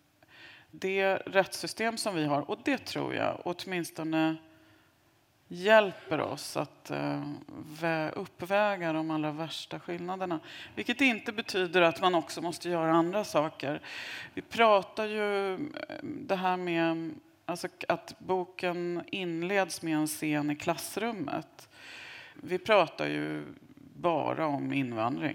det rättssystem som vi har, och det tror jag åtminstone hjälper oss att eh, uppväga de allra värsta skillnaderna. Vilket inte betyder att man också måste göra andra saker. Vi pratar ju det här med alltså, att boken inleds med en scen i klassrummet. Vi pratar ju bara om invandring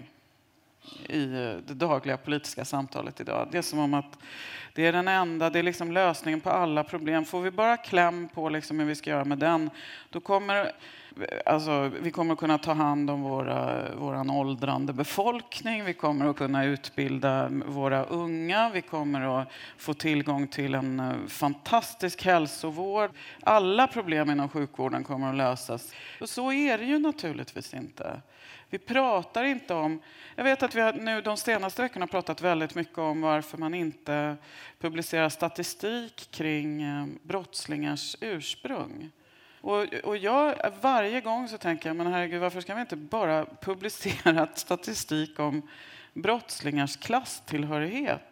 i det dagliga politiska samtalet idag. Det är som om att det är den enda, det är liksom lösningen på alla problem. Får vi bara kläm på liksom hur vi ska göra med den, då kommer alltså, vi kommer att kunna ta hand om våra, våran åldrande befolkning. Vi kommer att kunna utbilda våra unga. Vi kommer att få tillgång till en fantastisk hälsovård. Alla problem inom sjukvården kommer att lösas. Och så är det ju naturligtvis inte. Vi pratar inte om... Jag vet att vi har nu de senaste veckorna pratat väldigt mycket om varför man inte publicerar statistik kring brottslingars ursprung. Och, och jag, varje gång så tänker jag, men herregud, varför ska vi inte bara publicera statistik om brottslingars klasstillhörighet?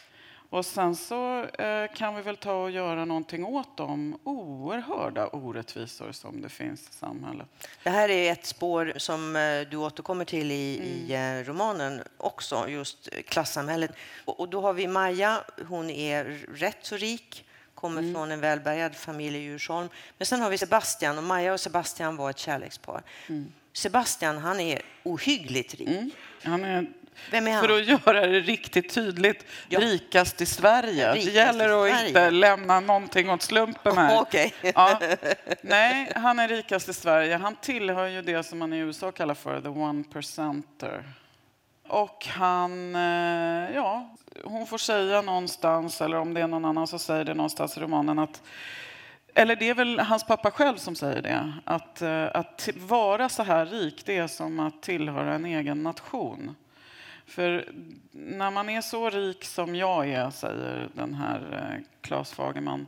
Och sen så eh, kan vi väl ta och göra någonting åt de oerhörda orättvisor som det finns i samhället. Det här är ett spår som eh, du återkommer till i, mm. i eh, romanen också, just klassamhället. Och, och då har vi Maja, hon är rätt så rik, kommer mm. från en välbärgad familj i Djursholm. Men sen har vi Sebastian, och Maja och Sebastian var ett kärlekspar. Mm. Sebastian, han är ohyggligt rik. Mm. Han är... Vem är han? För att göra det riktigt tydligt, ja. rikast i Sverige. Rikast det gäller att inte lämna någonting åt slumpen här. Okay. Ja. Nej, han är rikast i Sverige. Han tillhör ju det som man i U S A kallar för the one percenter. Och han, ja, hon får säga någonstans, eller om det är någon annan så säger det någonstans i romanen att, eller det är väl hans pappa själv som säger det, att, att vara så här rik, det är som att tillhöra en egen nation. För när man är så rik som jag är, säger den här Claes Fagerman,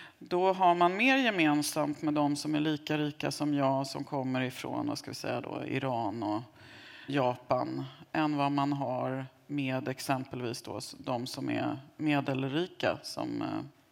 då har man mer gemensamt med de som är lika rika som jag, som kommer ifrån, vad ska vi säga då, Iran och Japan, än vad man har med exempelvis då de som är medelrika som,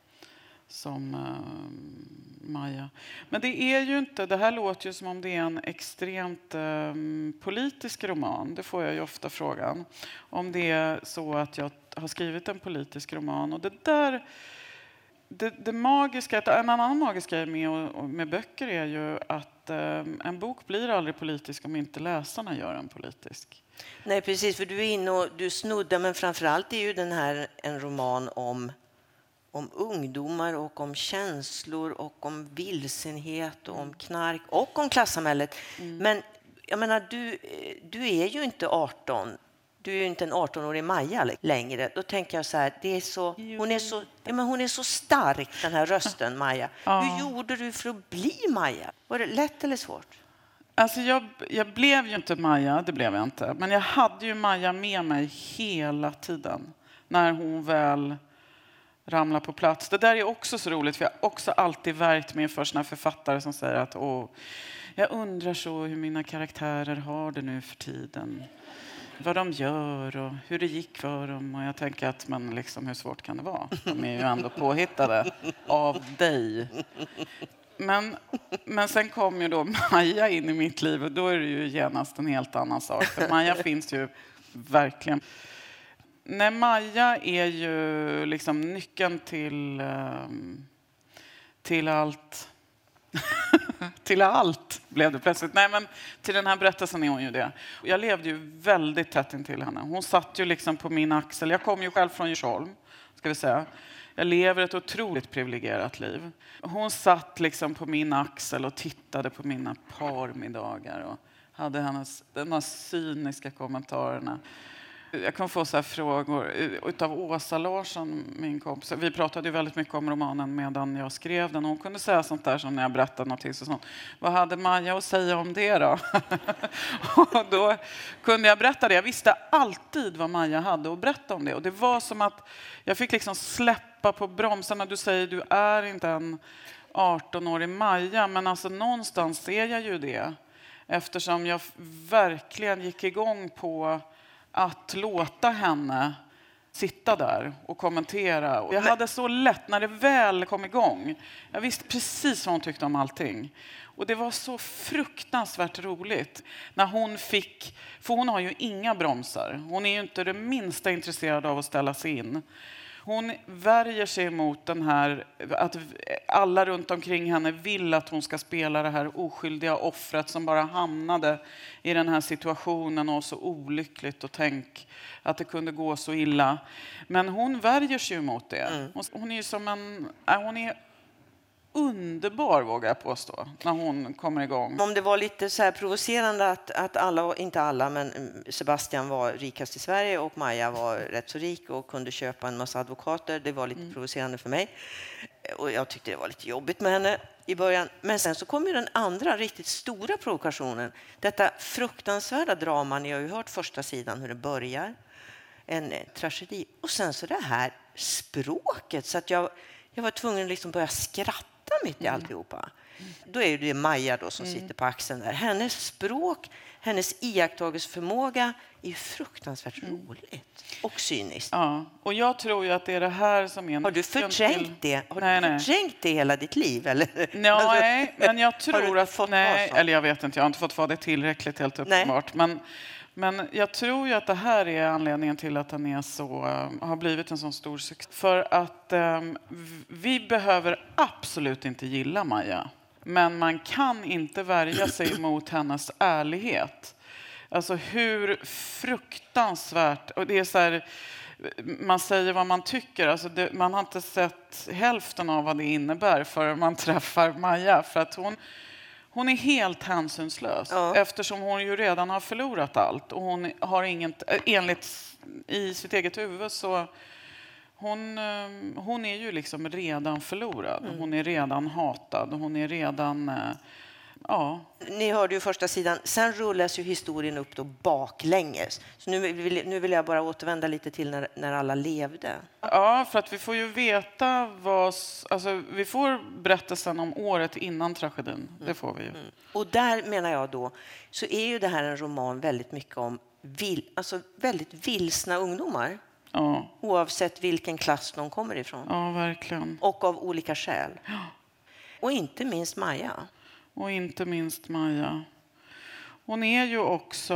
som uh, Maja. Men det är ju inte, det här låter ju som om det är en extremt um, politisk roman. Det får jag ju ofta frågan. Om det är så att jag har skrivit en politisk roman. Och det där, det, det magiska, en annan magisk grej med, med böcker är ju att um, en bok blir aldrig politisk om inte läsarna gör en politisk. Nej, precis, för du är inne och du snuddar, men framförallt är ju den här en roman om om ungdomar och om känslor och om vilsenhet och om knark och om klassamhället. Mm. Men jag menar, du, du är ju inte arton. Du är ju inte en arton-årig Maja längre. Då tänker jag så här, det är så, hon, är så, ja, men hon är så stark, den här rösten, Maja. Ja. Hur gjorde du för att bli Maja? Var det lätt eller svårt? Alltså jag, jag blev ju inte Maja, det blev jag inte. Men jag hade ju Maja med mig hela tiden. När hon väl ramlar på plats. Det där är också så roligt, för jag har också alltid värjt mig för såna författare som säger att åh, jag undrar så hur mina karaktärer har det nu för tiden. Vad de gör och hur det gick för dem. Och jag tänker att, men liksom, hur svårt kan det vara? De är ju ändå påhittade av dig. Men, men sen kom ju då Maja in i mitt liv, och då är det ju genast en helt annan sak. För Maja finns ju verkligen... Nej, Maja är ju liksom nyckeln till, um, till allt. till allt. blev det plötsligt. Nej, men till den här berättelsen är hon ju det. Jag levde ju väldigt tätt intill henne. Hon satt ju liksom på min axel. Jag kom ju själv från Djursholm, ska vi säga. Jag lever ett otroligt privilegierat liv. Hon satt liksom på min axel och tittade på mina parmiddagar och hade hennes, de här cyniska kommentarerna. Jag kan få så här frågor utav Åsa Larsson, min kompis. Vi pratade ju väldigt mycket om romanen medan jag skrev den. Hon kunde säga sånt där som när jag berättade någonting. Så sånt. Vad hade Maja att säga om det då? Och då kunde jag berätta det. Jag visste alltid vad Maja hade att berätta om det. Och det var som att jag fick liksom släppa på bromsarna. Du säger du är inte en arton-årig Maja. Men alltså någonstans ser jag ju det. Eftersom jag verkligen gick igång på att låta henne sitta där och kommentera. Och jag hade så lätt när det väl kom igång. Jag visste precis vad hon tyckte om allting. Och det var så fruktansvärt roligt när hon fick, för hon har ju inga bromsar. Hon är ju inte det minsta intresserad av att ställa sig in. Hon värjer sig emot den här, att alla runt omkring henne vill att hon ska spela det här oskyldiga offret som bara hamnade i den här situationen och så olyckligt och tänk att det kunde gå så illa. Men hon värjer sig emot det. Mm. Hon är ju som en, hon är underbar, vågar jag påstå, när hon kommer igång. Om det var lite så här provocerande att, att alla, inte alla, men Sebastian var rikast i Sverige och Maja var rätt så rik och kunde köpa en massa advokater. Det var lite mm. provocerande för mig. Och jag tyckte det var lite jobbigt med henne i början. Men sen så kom ju den andra riktigt stora provokationen. Detta fruktansvärda drama, ni har ju hört första sidan hur det börjar. En tragedi. Och sen så det här språket, så att jag, jag var tvungen att liksom börja skratta mitt i alltihopa. Då är det Maja då som mm. sitter på axeln där. Hennes språk, hennes iakttagelseförmåga är fruktansvärt mm. roligt och cyniskt. Ja, och jag tror ju att det är det här som är... Har du förträngt till... det? Har nej, du nej. förträngt det hela ditt liv? Eller? Nej, men jag tror att... Fått nej, eller jag vet inte, jag har inte fått vara det tillräckligt helt uppenbart. Men, men jag tror ju att det här är anledningen till att den är så, uh, har blivit en sån stor succé. För att um, vi behöver absolut inte gilla Maja. Men man kan inte värja sig mot hennes ärlighet. Alltså hur fruktansvärt... Och det är så här, man säger vad man tycker. Alltså det, man har inte sett hälften av vad det innebär för man träffar Maja. För att hon, hon är helt hänsynslös. Ja. Eftersom hon ju redan har förlorat allt. Och hon har inget... Enligt i sitt eget huvud så... Hon, hon är ju liksom redan förlorad. Mm. Hon är redan hatad. Hon är redan... Ja. Ni hörde ju första sidan. Sen rullas ju historien upp då baklänges. Så nu vill, nu vill jag bara återvända lite till när, när alla levde. Ja, för att vi får ju veta vad... Alltså, vi får berättelsen om året innan tragedin. Mm. Det får vi ju. Mm. Och där menar jag då, så är ju det här en roman väldigt mycket om vil, alltså väldigt vilsna ungdomar. Ja. Oavsett vilken klass de kommer ifrån. Ja, verkligen. Och av olika skäl. Ja. Och inte minst Maja. Och inte minst Maja. Hon är ju också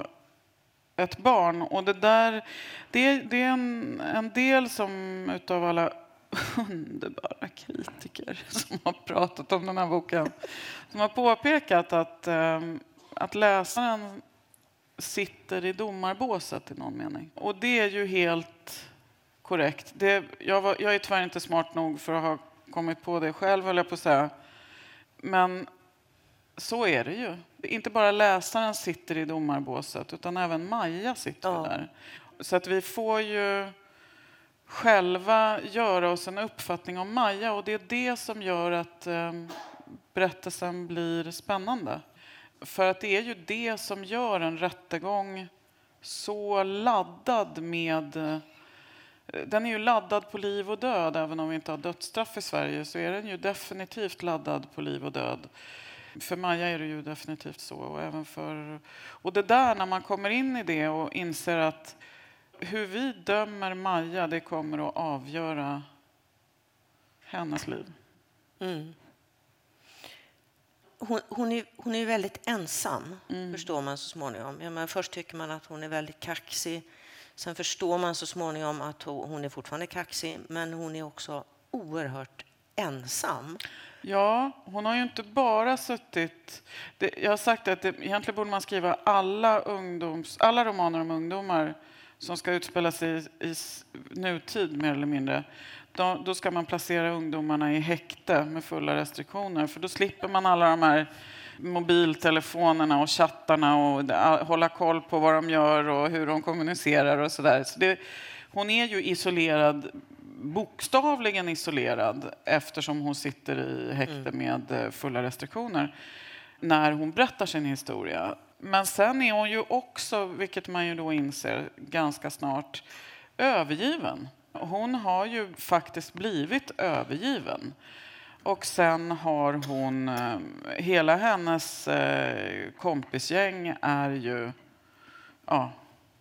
ett barn. Och det där, det, det är en, en del som utav alla underbara kritiker som har pratat om den här boken. Som har påpekat att, ähm, att läsaren sitter i domarbåset i någon mening. Och det är ju helt korrekt. Det, jag, var, jag är tyvärr inte smart nog för att ha kommit på det själv, höll jag på att säga. Men så är det ju. Inte bara läsaren sitter i domarbåset utan även Maja sitter ja. där. Så att vi får ju själva göra oss en uppfattning om Maja. Och det är det som gör att eh, berättelsen blir spännande. För att det är ju det som gör en rättegång så laddad med... Den är ju laddad på liv och död. Även om vi inte har dödsstraff i Sverige så är den ju definitivt laddad på liv och död. För Maja är det ju definitivt så. Och, även för, och det där när man kommer in i det och inser att hur vi dömer Maja, det kommer att avgöra hennes liv. Mm. Hon, hon, är, hon är väldigt ensam, mm. förstår man så småningom. Ja, men först tycker man att hon är väldigt kaxig. Sen förstår man så småningom att hon är fortfarande kaxig. Men hon är också oerhört ensam. Ja, hon har ju inte bara suttit... Det, jag har sagt att det, egentligen borde man skriva alla, ungdoms, alla romaner om ungdomar som ska utspela sig i, i nutid mer eller mindre. Då, då ska man placera ungdomarna i häkte med fulla restriktioner. För då slipper man alla de här mobiltelefonerna och chattarna och hålla koll på vad de gör och hur de kommunicerar och sådär. Så det, hon är ju isolerad, bokstavligen isolerad, eftersom hon sitter i häkte med fulla restriktioner när hon berättar sin historia. Men sen är hon ju också, vilket man ju då inser ganska snart, övergiven. Hon har ju faktiskt blivit övergiven. Och sen har hon, hela hennes kompisgäng är ju, ja.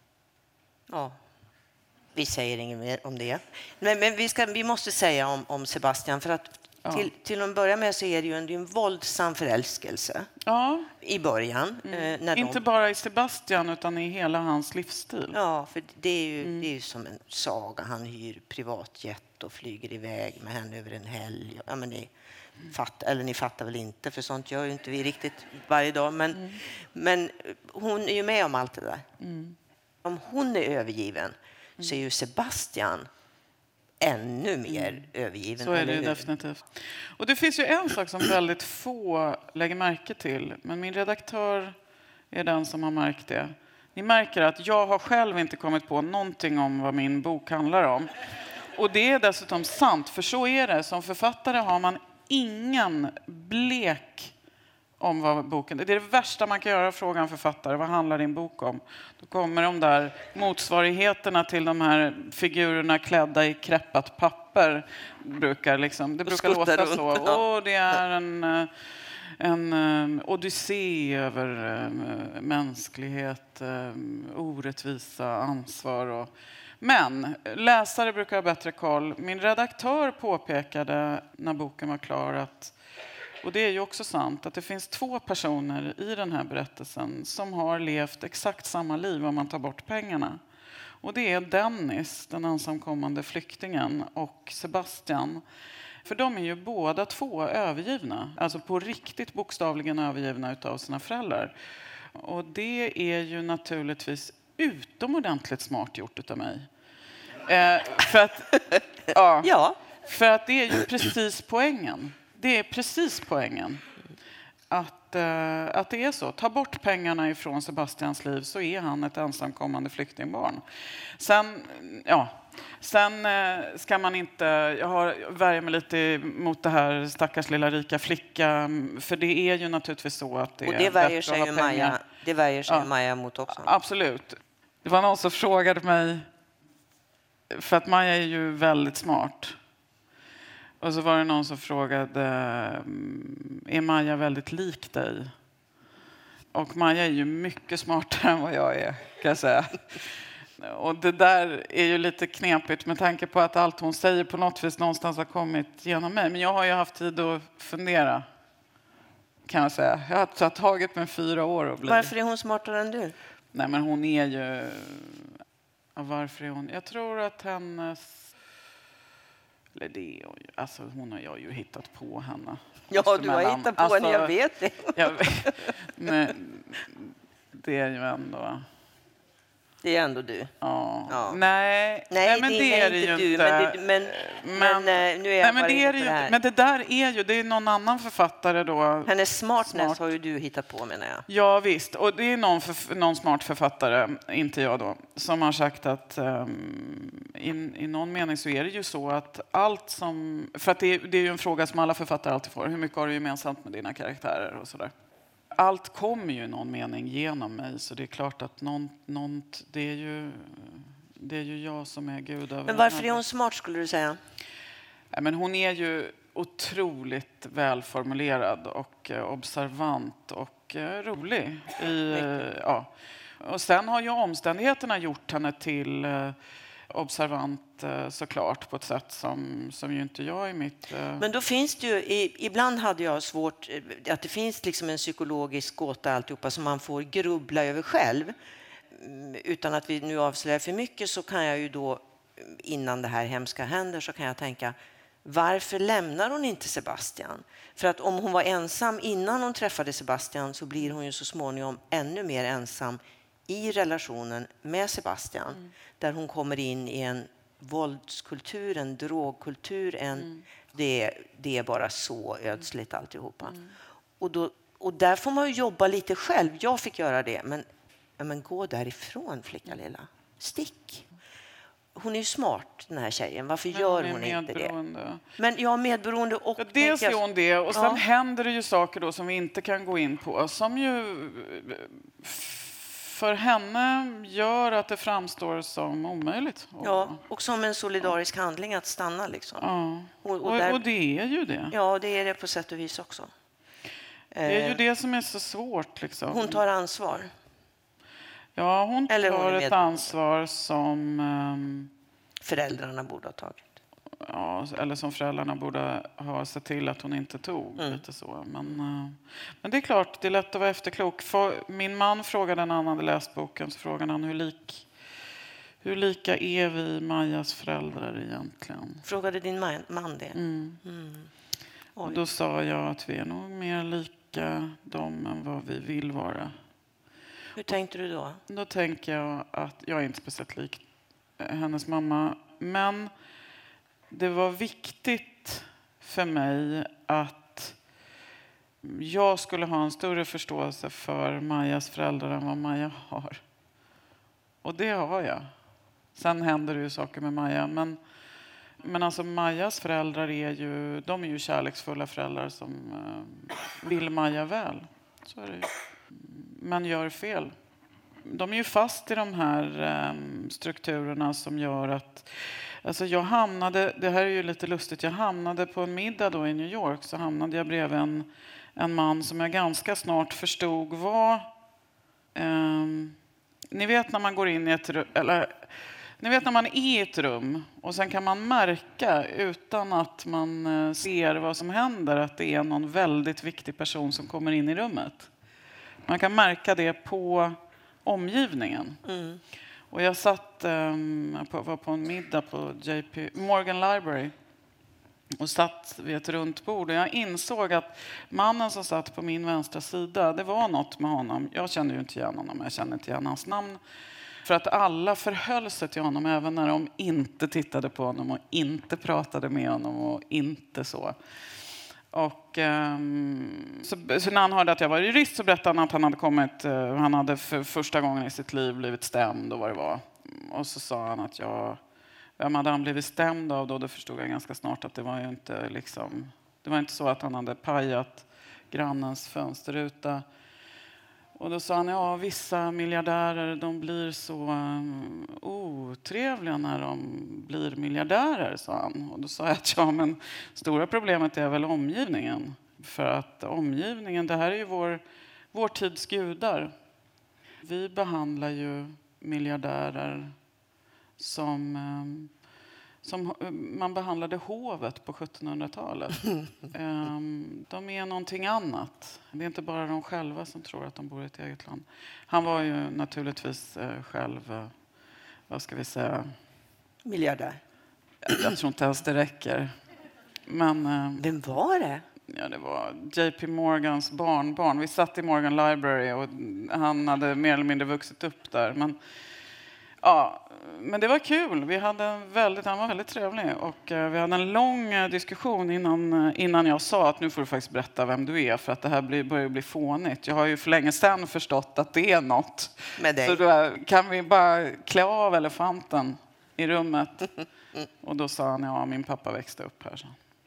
Ja. Vi säger inget mer om det. Men, men vi, ska, vi måste säga om, om Sebastian, för att Ja. till, till att börja med så är det ju en, det är en våldsam förälskelse Ja. i början. Mm. Eh, när Inte de, bara i Sebastian utan i hela hans livsstil. Ja, för det är, ju, Mm. det är ju som en saga. Han hyr privatjet och flyger iväg med henne över en helg. Ja, men ni, fatt, eller ni fattar väl inte, för sånt gör ju inte vi riktigt varje dag. Men, Mm. men hon är ju med om allt det där. Mm. Om hon är övergiven så är ju Sebastian ännu mer Mm. övergiven. Så är det eller ju hur? definitivt. Och det finns ju en sak som väldigt få lägger märke till. Men min redaktör är den som har märkt det. Ni märker att jag har själv inte kommit på någonting om vad min bok handlar om. Och det är dessutom sant, för så är det. Som författare har man ingen blek om vad boken... Det är det värsta man kan göra, fråga en författare. Vad handlar din bok om? Då kommer de där motsvarigheterna till de här figurerna klädda i kräppat papper. Brukar liksom, det brukar låta runt. så. Åh, det är en, en, en odyssé över um, mänsklighet, um, orättvisa, ansvar och... Men läsare brukar ha bättre koll. Min redaktör påpekade när boken var klar att, och det är ju också sant, att det finns två personer i den här berättelsen som har levt exakt samma liv om man tar bort pengarna. Och det är Dennis, den ensamkommande flyktingen, och Sebastian. För de är ju båda två övergivna, alltså på riktigt bokstavligen övergivna utav sina föräldrar. Och det är ju naturligtvis utomordentligt smart gjort utav mig. Eh, för att, ja, Ja. för att det är ju precis poängen. Det är precis poängen. Att, eh, att det är så. Ta bort pengarna ifrån Sebastians liv så är han ett ensamkommande flyktingbarn. Sen, ja, sen eh, ska man inte... Jag har värjer mig lite mot det här stackars lilla rika flicka. För det är ju naturligtvis så att det Och det är värjer bättre sig att ju ha pengar. Maja, det värjer sig Ja. Maja mot också. Absolut. Det var någon som frågade mig, för att Maja är ju väldigt smart. Och så var det någon som frågade, är Maja väldigt lik dig? Och Maja är ju mycket smartare än vad jag är, kan jag säga. Och det där är ju lite knepigt med tanke på att allt hon säger på något vis någonstans har kommit genom mig. Men jag har ju haft tid att fundera, kan jag säga. Jag har tagit mig fyra år att bli... Varför är hon smartare än du? Nej, men hon är ju... Ja, varför är hon... Jag tror att hennes... Eller det är hon ju... Alltså, hon har jag ju hittat på henne. Ja, du har hittat på henne, jag vet det. Jag, nej, det är ju ändå... Det är ändå du. Ja. Ja. Nej, Nej, men det, det är det inte ju du. inte. Men, det, men, men, men eh, nu är jag nej, men bara det är inne det på det ju, här. men det där är ju... Det är någon annan författare då... Hennes smartness Smart. har ju du hittat på, menar jag. Ja, visst. Och det är någon, för, någon smart författare, inte jag då, som har sagt att um, in, i någon mening så är det ju så att allt som... För att det, det är ju en fråga som alla författare alltid får. Hur mycket har du gemensamt med dina karaktärer och sådär. Allt kommer ju i någon mening genom mig, så det är klart att någon, någon, det, är ju, det är ju jag som är Gud över. Men varför är hon smart, skulle du säga? Ja, men hon är ju otroligt välformulerad och eh, observant och eh, rolig. I, eh, ja. Och sen har ju omständigheterna gjort henne till eh, observant eh, såklart på ett sätt som, som ju inte jag i mitt... Eh... Men då finns det ju, i, ibland hade jag svårt, eh, att det finns liksom en psykologisk gåta alltihopa som man får grubbla över själv. Mm, utan att vi nu avslöjar för mycket så kan jag ju då, innan det här hemska händer, så kan jag tänka, Varför lämnar hon inte Sebastian? För att om hon var ensam innan hon träffade Sebastian så blir hon ju så småningom ännu mer ensam i relationen med Sebastian. Mm. Där hon kommer in i en våldskultur, en drogkultur. En, mm. det, det är bara så ödsligt alltihopa. Mm. Och, då, och där får man ju jobba lite själv. Jag fick göra det. Men, ja, men gå därifrån, flicka lilla. Stick. Hon är ju smart, den här tjejen. Varför men gör hon, hon inte det? Men jag är medberoende och... Ja, dels är hon det. Och sen ja. händer det ju saker då som vi inte kan gå in på. Som ju för henne gör att det framstår som omöjligt. Ja, och som en solidarisk ja. handling att stanna liksom. Ja. Och, och, där, och det är ju det. Ja, det är det på sätt och vis också. Det är ju det som är så svårt liksom. Hon tar ansvar. Ja, hon Eller tar hon ett ansvar som... Um, föräldrarna borde ha tagit. Ja, eller som föräldrarna borde ha sett till att hon inte tog. Mm. Lite så. Men, uh, men det är klart, det är lätt att vara efterklok. För min man frågade när han hade läst boken, så frågade han hur, lik, hur lika är vi Majas föräldrar egentligen? Frågade din man, man det? Mm. Mm. Och då sa jag att vi är nog mer lika dem än vad vi vill vara. Hur tänkte du då? Då tänker jag att jag är inte speciellt lik hennes mamma. Men det var viktigt för mig att jag skulle ha en större förståelse för Majas föräldrar än vad Maja har. Och det har jag. Sen händer det ju saker med Maja. Men, men alltså Majas föräldrar är ju, de är ju kärleksfulla föräldrar som vill Maja väl. Så är det ju. Men gör fel. De är ju fast i de här um, strukturerna som gör att... Alltså jag hamnade, det här är ju lite lustigt, jag hamnade på en middag då i New York, så hamnade jag bredvid en, en man som jag ganska snart förstod var... Um, ni vet när man går in i ett rum, eller... Ni vet när man är i ett rum och sen kan man märka utan att man ser vad som händer att det är någon väldigt viktig person som kommer in i rummet. Man kan märka det på omgivningen. Mm. Och jag satt um, på, var på en middag på J P Morgan Library och satt vid ett runt bord. Och jag insåg att mannen som satt på min vänstra sida, det var något med honom. Jag kände ju inte igen honom, jag kände inte igen hans namn. För att alla förhöll sig till honom även när de inte tittade på honom och inte pratade med honom och inte så. Och um, så, så när han hörde att jag var jurist så berättade han att han hade kommit, uh, han hade för första gången i sitt liv blivit stämd och vad det var. Och så sa han att jag, vem hade han blivit stämd av då? Då förstod jag ganska snart att det var ju inte liksom, det var inte så att han hade pajat grannens fönsterruta. Och då sa han, ja, vissa miljardärer, de blir så um, otrevliga när de blir miljardärer, sa han. Och då sa jag att ja, men stora problemet är väl omgivningen. För att omgivningen, det här är ju vår, vår tids gudar. Vi behandlar ju miljardärer som... Um, som man behandlade hovet på sjuttonhundratalet. um, de är någonting annat. Det är inte bara de själva som tror att de bor i ett eget land. Han var ju naturligtvis uh, själv, uh, vad ska vi säga? Miljardär. Jag, jag tror inte ens det räcker. Men, uh, Vem var det? Ja, det var J P Morgans barnbarn. Vi satt i Morgan Library och han hade mer eller mindre vuxit upp där. Men... Ja, men det var kul. Vi hade en väldigt, han var väldigt trevlig. Och eh, vi hade en lång eh, diskussion innan, innan jag sa att nu får du faktiskt berätta vem du är. För att det här blir, börjar bli fånigt. Jag har ju för länge sedan förstått att det är något. Med dig. Så då kan vi bara klä av elefanten i rummet. Och då sa han, ja, min pappa växte upp här. Så.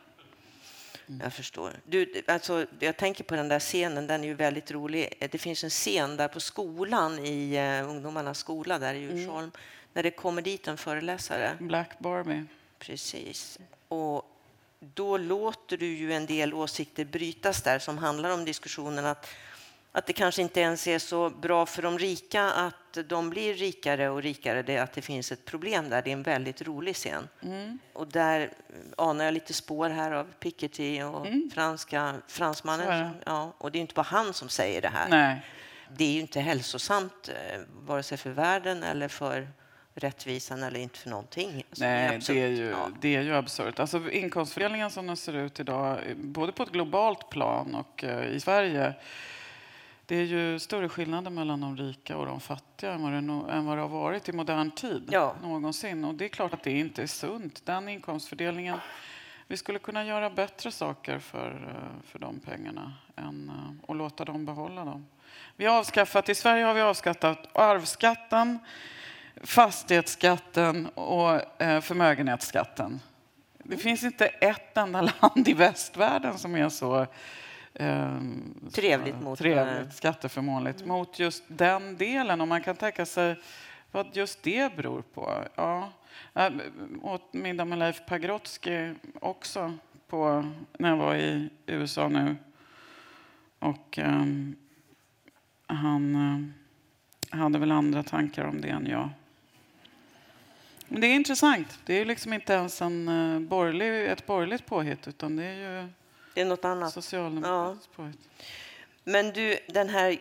Mm. Jag förstår. Du, alltså, jag tänker på den där scenen, den är ju väldigt rolig. Det finns en scen där på skolan, i uh, ungdomarnas skola där i Djursholm, mm. när det kommer dit en föreläsare. Black Barbie. Precis. Och då låter du ju en del åsikter brytas där som handlar om diskussionen att, att det kanske inte ens är så bra för de rika att de blir rikare och rikare. Det är att det finns ett problem där. Det är en väldigt rolig scen. Mm. Och där anar jag lite spår här av Piketty och mm. franska, fransmannen. Ja, och det är inte bara han som säger det här. Nej. Det är ju inte hälsosamt vare sig för världen eller för rättvisan eller inte för någonting. Alltså, Nej, det är, absurd. det är ju, ja. det är ju absurt. Alltså, inkomstfördelningen som den ser ut idag, både på ett globalt plan och uh, i Sverige, det är ju större skillnader mellan de rika och de fattiga än vad det, no- än vad det har varit i modern tid ja. någonsin. Och det är klart att det inte är sunt. Den inkomstfördelningen, vi skulle kunna göra bättre saker för, för de pengarna än att låta dem behålla dem. Vi har avskaffat, i Sverige har vi avskaffat arvsskatten, fastighetsskatten och eh, förmögenhetsskatten. Det finns inte ett enda land i västvärlden som är så eh, trevligt, så, mot, trevligt skatteförmånligt mm. mot just den delen. Och man kan tänka sig vad just det beror på. Ja. Jag åt middag med Leif Pagrotsky också på, när jag var i U S A nu. Och eh, han eh, hade väl andra tankar om det än jag. Men det är intressant. Det är liksom inte ens en uh, borgerlig, ett borgerligt påhitt, utan det är ju det är något annat. Socialdemokratiskt ja. påhitt. Men du, den här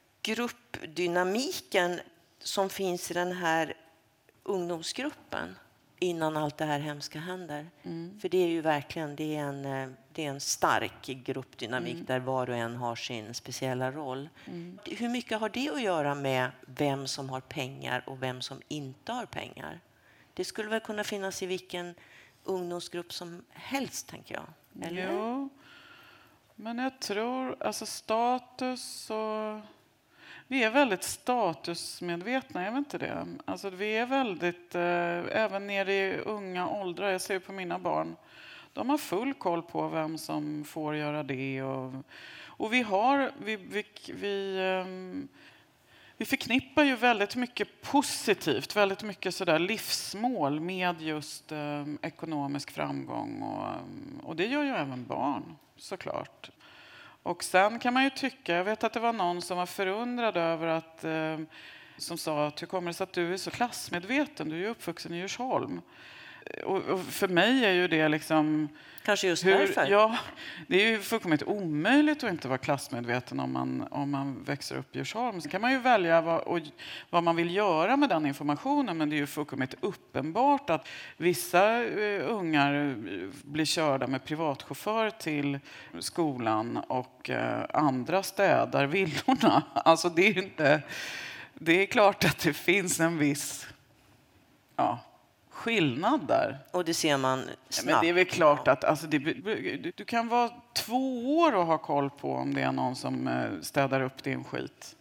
gruppdynamiken som finns i den här ungdomsgruppen innan allt det här hemska händer. Mm. För det är ju verkligen det är en, det är en stark gruppdynamik mm. där var och en har sin speciella roll. Mm. Hur mycket har det att göra med vem som har pengar och vem som inte har pengar? Det skulle väl kunna finnas i vilken ungdomsgrupp som helst, tänker jag. Eller? Jo, men jag tror, alltså status och... Vi är väldigt statusmedvetna, jag vet inte det. Alltså vi är väldigt, eh, även nere i unga åldrar, jag ser på mina barn. De har full koll på vem som får göra det. Och, och vi har, vi... vi, vi eh, Vi förknippar ju väldigt mycket positivt, väldigt mycket sådär livsmål med just eh, ekonomisk framgång. Och, och det gör ju även barn, såklart. Och sen kan man ju tycka, jag vet att det var någon som var förundrad över att, eh, som sa att hur kommer det sig att du är så klassmedveten? Du är ju uppvuxen i Djursholm. Och, och för mig är ju det liksom... Kanske just hur, därför. Ja, det är ju fullkomligt omöjligt att inte vara klassmedveten om man, om man växer upp i Djursholm. Så kan man ju välja vad, och, vad man vill göra med den informationen, men det är ju fullkomligt uppenbart att vissa uh, ungar blir körda med privatchaufför till skolan och uh, andra städar villorna. Alltså det är ju inte... Det är klart att det finns en viss... Ja, skillnad där. Och det ser man snabbt. Men det är väl klart att alltså, det, du, du kan vara två år och ha koll på om det är någon som städar upp din skit.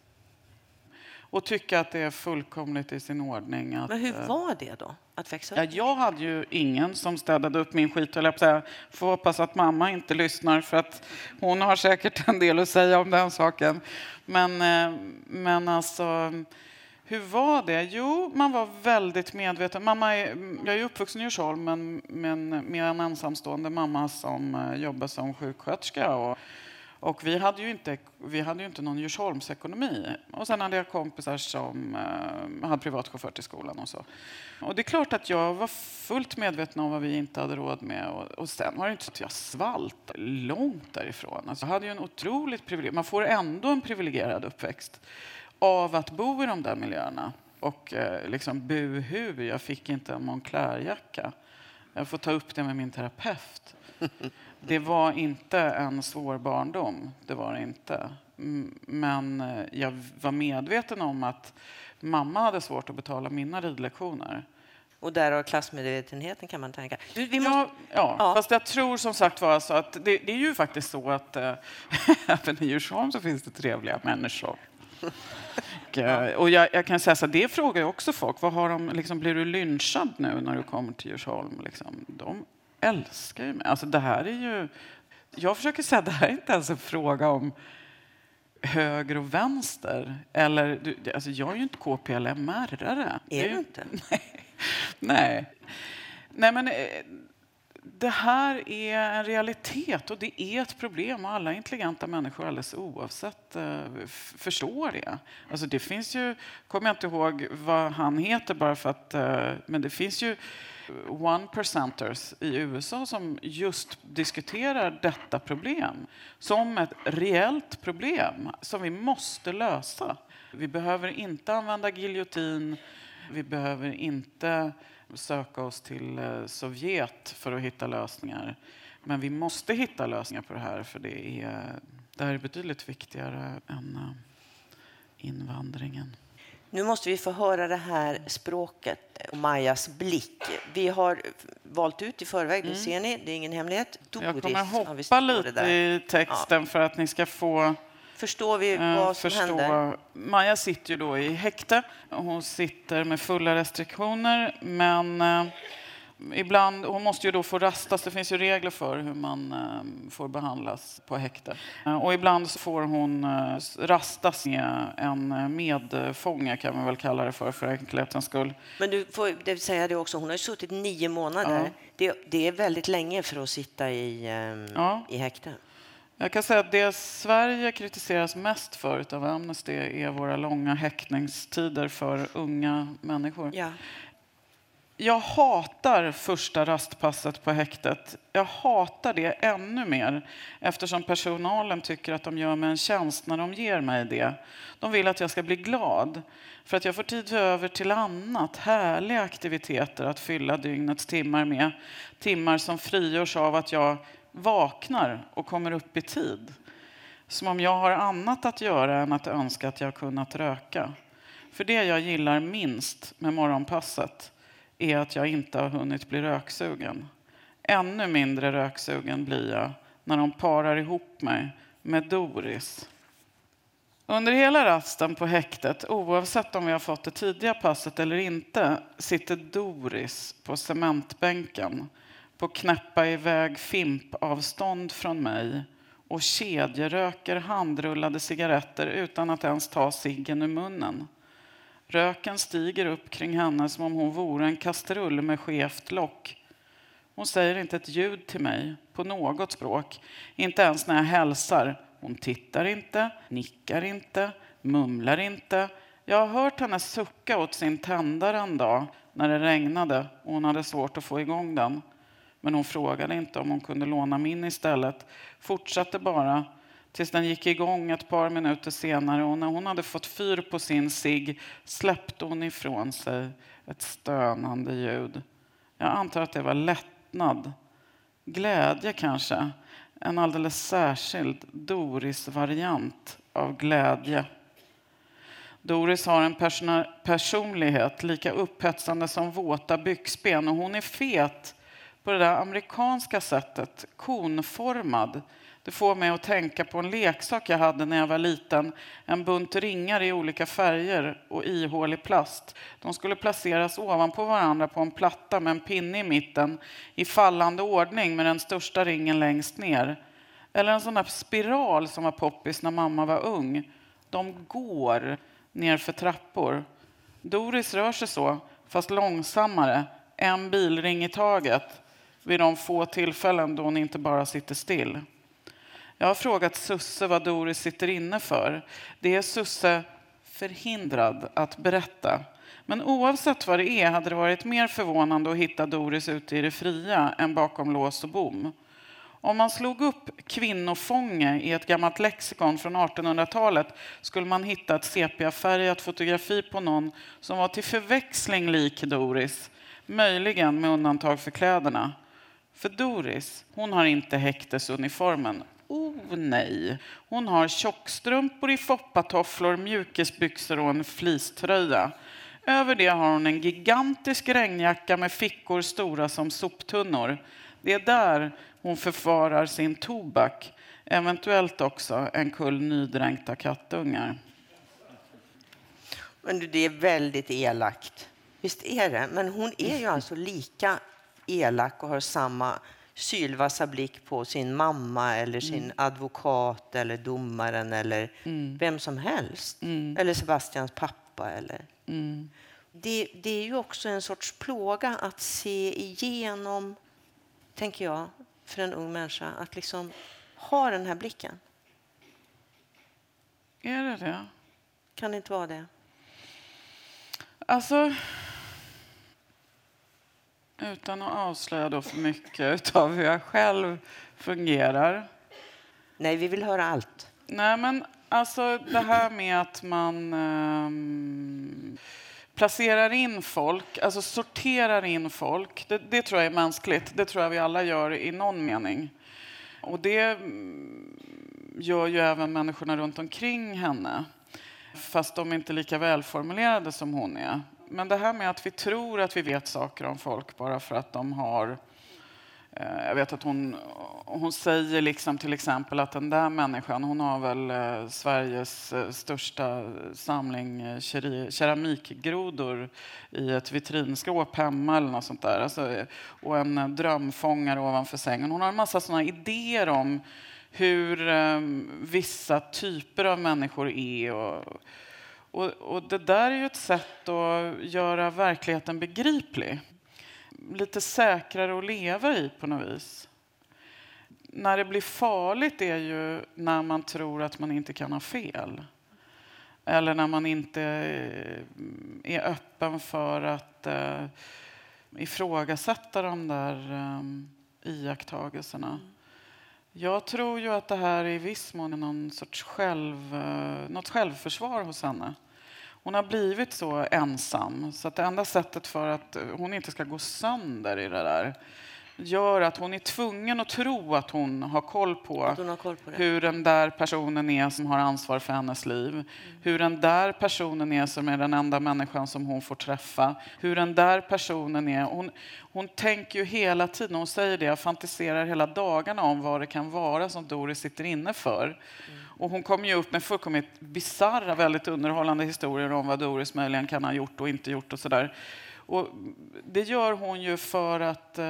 Och tycka att det är fullkomligt i sin ordning. Att, men hur var det då? Att växa upp? Ja, jag hade ju ingen som städade upp min skit. Jag säga, får hoppas att mamma inte lyssnar, för att hon har säkert en del att säga om den saken. Men, men alltså... Hur var det? Jo, man var väldigt medveten. Mamma är, jag är uppvuxen i Djursholm, men, men med en ensamstående mamma som jobbar som sjuksköterska. Och, och vi hade ju inte, vi hade ju inte någon Djursholmsekonomi. Och sen hade jag kompisar som eh, hade privatchaufför till skolan och så. Och det är klart att jag var fullt medveten om vad vi inte hade råd med. Och, och sen var det inte så att jag svalt långt därifrån. Alltså jag hade ju en otroligt privilegierad... Man får ändå en privilegierad uppväxt av att bo i de där miljöerna. Och eh, liksom buhu, jag fick inte en Moncler-jacka. Jag får ta upp det med min terapeut. Det var inte en svår barndom, det var det inte. Men jag var medveten om att mamma hade svårt att betala mina ridlektioner. Och där har klassmedvetenheten, kan man tänka. Du, vi måste... ja, ja, ja, fast jag tror som sagt var så att det, det är ju faktiskt så att äh, även i Djursholm så finns det trevliga människor. Och, och jag, jag kan säga så här, det frågar jag också folk. Vad har de, liksom, blir du lynchad nu när du kommer till Djursholm? Liksom, de älskar ju mig. Alltså det här är ju... Jag försöker säga att det här är inte ens en fråga om höger och vänster. Eller, du, alltså jag är ju inte K P L M-are. Är du inte? Nej. Nej. Nej, men... Det här är en realitet och det är ett problem, och alla intelligenta människor alldeles oavsett uh, förstår det. Alltså det finns ju, kommer jag inte ihåg vad han heter bara för att, uh, men det finns ju one percenters i U S A som just diskuterar detta problem som ett reellt problem som vi måste lösa. Vi behöver inte använda giljotin. Vi behöver inte söka oss till Sovjet för att hitta lösningar. Men vi måste hitta lösningar på det här, för det är, det här är betydligt viktigare än invandringen. Nu måste vi få höra det här språket och Majas blick. Vi har valt ut i förväg, det ser ni, det är ingen hemlighet. Doris, jag kommer hoppa hoppa lite i texten ja. för att ni ska få... Förstår vi vad som förstå. händer? Maja sitter ju då i häkte. Hon sitter med fulla restriktioner, men eh, ibland, hon måste ju då få rastas. Det finns ju regler för hur man eh, får behandlas på häkte. Eh, och ibland så får hon eh, rastas med en medfånge, kan man väl kalla det för, för enkelhetens skull. Men du får det vill säga det också, hon har ju suttit nio månader. Ja. Det, det är väldigt länge för att sitta i, eh, ja. i häkte. Jag kan säga att det Sverige kritiseras mest för av Amnesty är våra långa häktningstider för unga människor. Ja. Jag hatar första rastpasset på häktet. Jag hatar det ännu mer eftersom personalen tycker att de gör mig en tjänst när de ger mig det. De vill att jag ska bli glad för att jag får tid över till annat, härliga aktiviteter att fylla dygnets timmar med. Timmar som frigörs av att jag vaknar och kommer upp i tid. Som om jag har annat att göra än att önska att jag kunnat röka. För det jag gillar minst med morgonpasset är att jag inte har hunnit bli röksugen. Ännu mindre röksugen blir jag när de parar ihop mig med Doris. Under hela rasten på häktet, oavsett om vi har fått det tidiga passet eller inte, sitter Doris på cementbänken på knäppa iväg fimpavstånd från mig och kedjeröker handrullade cigaretter utan att ens ta ciggen ur munnen. Röken stiger upp kring henne som om hon vore en kastrull med skevt lock. Hon säger inte ett ljud till mig på något språk, inte ens när jag hälsar. Hon tittar inte, nickar inte, mumlar inte. Jag har hört henne sucka åt sin tändare en dag när det regnade och hon hade svårt att få igång den. Men hon frågade inte om hon kunde låna min istället. Fortsatte bara tills den gick igång ett par minuter senare. Och när hon hade fått fyr på sin cigg släppte hon ifrån sig ett stönande ljud. Jag antar att det var lättnad. Glädje kanske. En alldeles särskild Doris-variant av glädje. Doris har en person- personlighet lika upphetsande som våta byxben. Och hon är fet på det där amerikanska sättet, konformad. Det får mig att tänka på en leksak jag hade när jag var liten. En bunt ringar i olika färger och ihålig plast. De skulle placeras ovanpå varandra på en platta med en pinne i mitten i fallande ordning med den största ringen längst ner. Eller en sån där spiral som var poppis när mamma var ung. De går ner för trappor. Doris rör sig så, fast långsammare. En bilring i taget. Vid de få tillfällen då hon inte bara sitter still. Jag har frågat Susse vad Doris sitter inne för. Det är Susse förhindrad att berätta. Men oavsett vad det är hade det varit mer förvånande att hitta Doris ute i det fria än bakom lås och bom. Om man slog upp kvinnofånge i ett gammalt lexikon från artonhundratalet skulle man hitta ett sepia-färgat fotografi på någon som var till förväxling lik Doris. Möjligen med undantag för kläderna. För Doris, hon har inte häktesuniformen. Oh nej. Hon har tjockstrumpor i foppatofflor, mjukisbyxor och en fleecetröja. Över det har hon en gigantisk regnjacka med fickor stora som soptunnor. Det är där hon förfarar sin tobak. Eventuellt också en kull nydränkta kattungar. Men det är väldigt elakt. Visst är det. Men hon är ju alltså lika elak och har samma sylvassa blick på sin mamma eller sin mm. advokat eller domaren eller mm. vem som helst. Mm. Eller Sebastians pappa. Eller. Mm. Det, det är ju också en sorts plåga att se igenom, tänker jag, för en ung människa. Att liksom ha den här blicken. Är det det? Kan det inte vara det? Alltså... Utan att avslöja då för mycket av hur jag själv fungerar. Nej, vi vill höra allt. Nej, men alltså det här med att man um, placerar in folk, alltså sorterar in folk. Det, det tror jag är mänskligt. Det tror jag vi alla gör i någon mening. Och det gör ju även människorna runt omkring henne. Fast de är inte lika välformulerade som hon är. Men det här med att vi tror att vi vet saker om folk bara för att de har... Eh, jag vet att hon, hon säger liksom till exempel att den där människan, hon har väl eh, Sveriges eh, största samling eh, keramikgrodor i ett vitrinskåp hemma eller något sånt där. Alltså, eh, och en eh, drömfångare ovanför sängen. Hon har en massa såna idéer om hur eh, vissa typer av människor är. Och, och, och det där är ju ett sätt att göra verkligheten begriplig. Lite säkrare att leva i på något vis. När det blir farligt är ju när man tror att man inte kan ha fel. Eller när man inte är öppen för att uh, ifrågasätta de där um, iakttagelserna. Jag tror ju att det här i viss mån är någon sorts själv, uh, något självförsvar hos henne. Hon har blivit så ensam så att det enda sättet för att hon inte ska gå sönder i det där gör att hon är tvungen att tro att hon har koll på, har koll på hur den där personen är som har ansvar för hennes liv. Mm. Hur den där personen är som är den enda människan som hon får träffa. Hur den där personen är. Hon, hon tänker ju hela tiden, hon säger det, jag fantiserar hela dagarna om vad det kan vara som Doris sitter inne för. Mm. Och hon kommer ju upp med fullkomligt bizarra, väldigt underhållande historier om vad Doris möjligen kan ha gjort och inte gjort och sådär. Och det gör hon ju för att eh,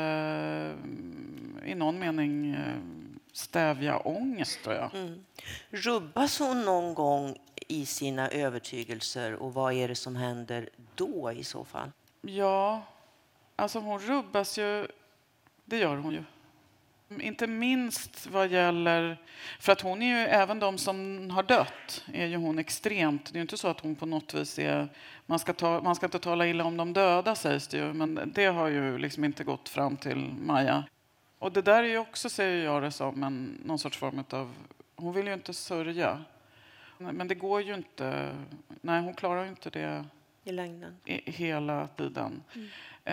i någon mening eh, stävja ångest, tror jag. Mm. Rubbas hon någon gång i sina övertygelser och vad är det som händer då i så fall? Ja, alltså hon rubbas ju, det gör hon ju. Inte minst vad gäller, för att hon är ju, även de som har dött är ju hon extremt, det är ju inte så att hon på något vis är, man ska, ta, man ska inte tala illa om de döda sägs det ju, men det har ju liksom inte gått fram till Maja. Och det där är ju också, säger jag det som, en, någon sorts form av, hon vill ju inte sörja. Men det går ju inte, nej hon klarar ju inte det i längden. I, hela tiden. Mm.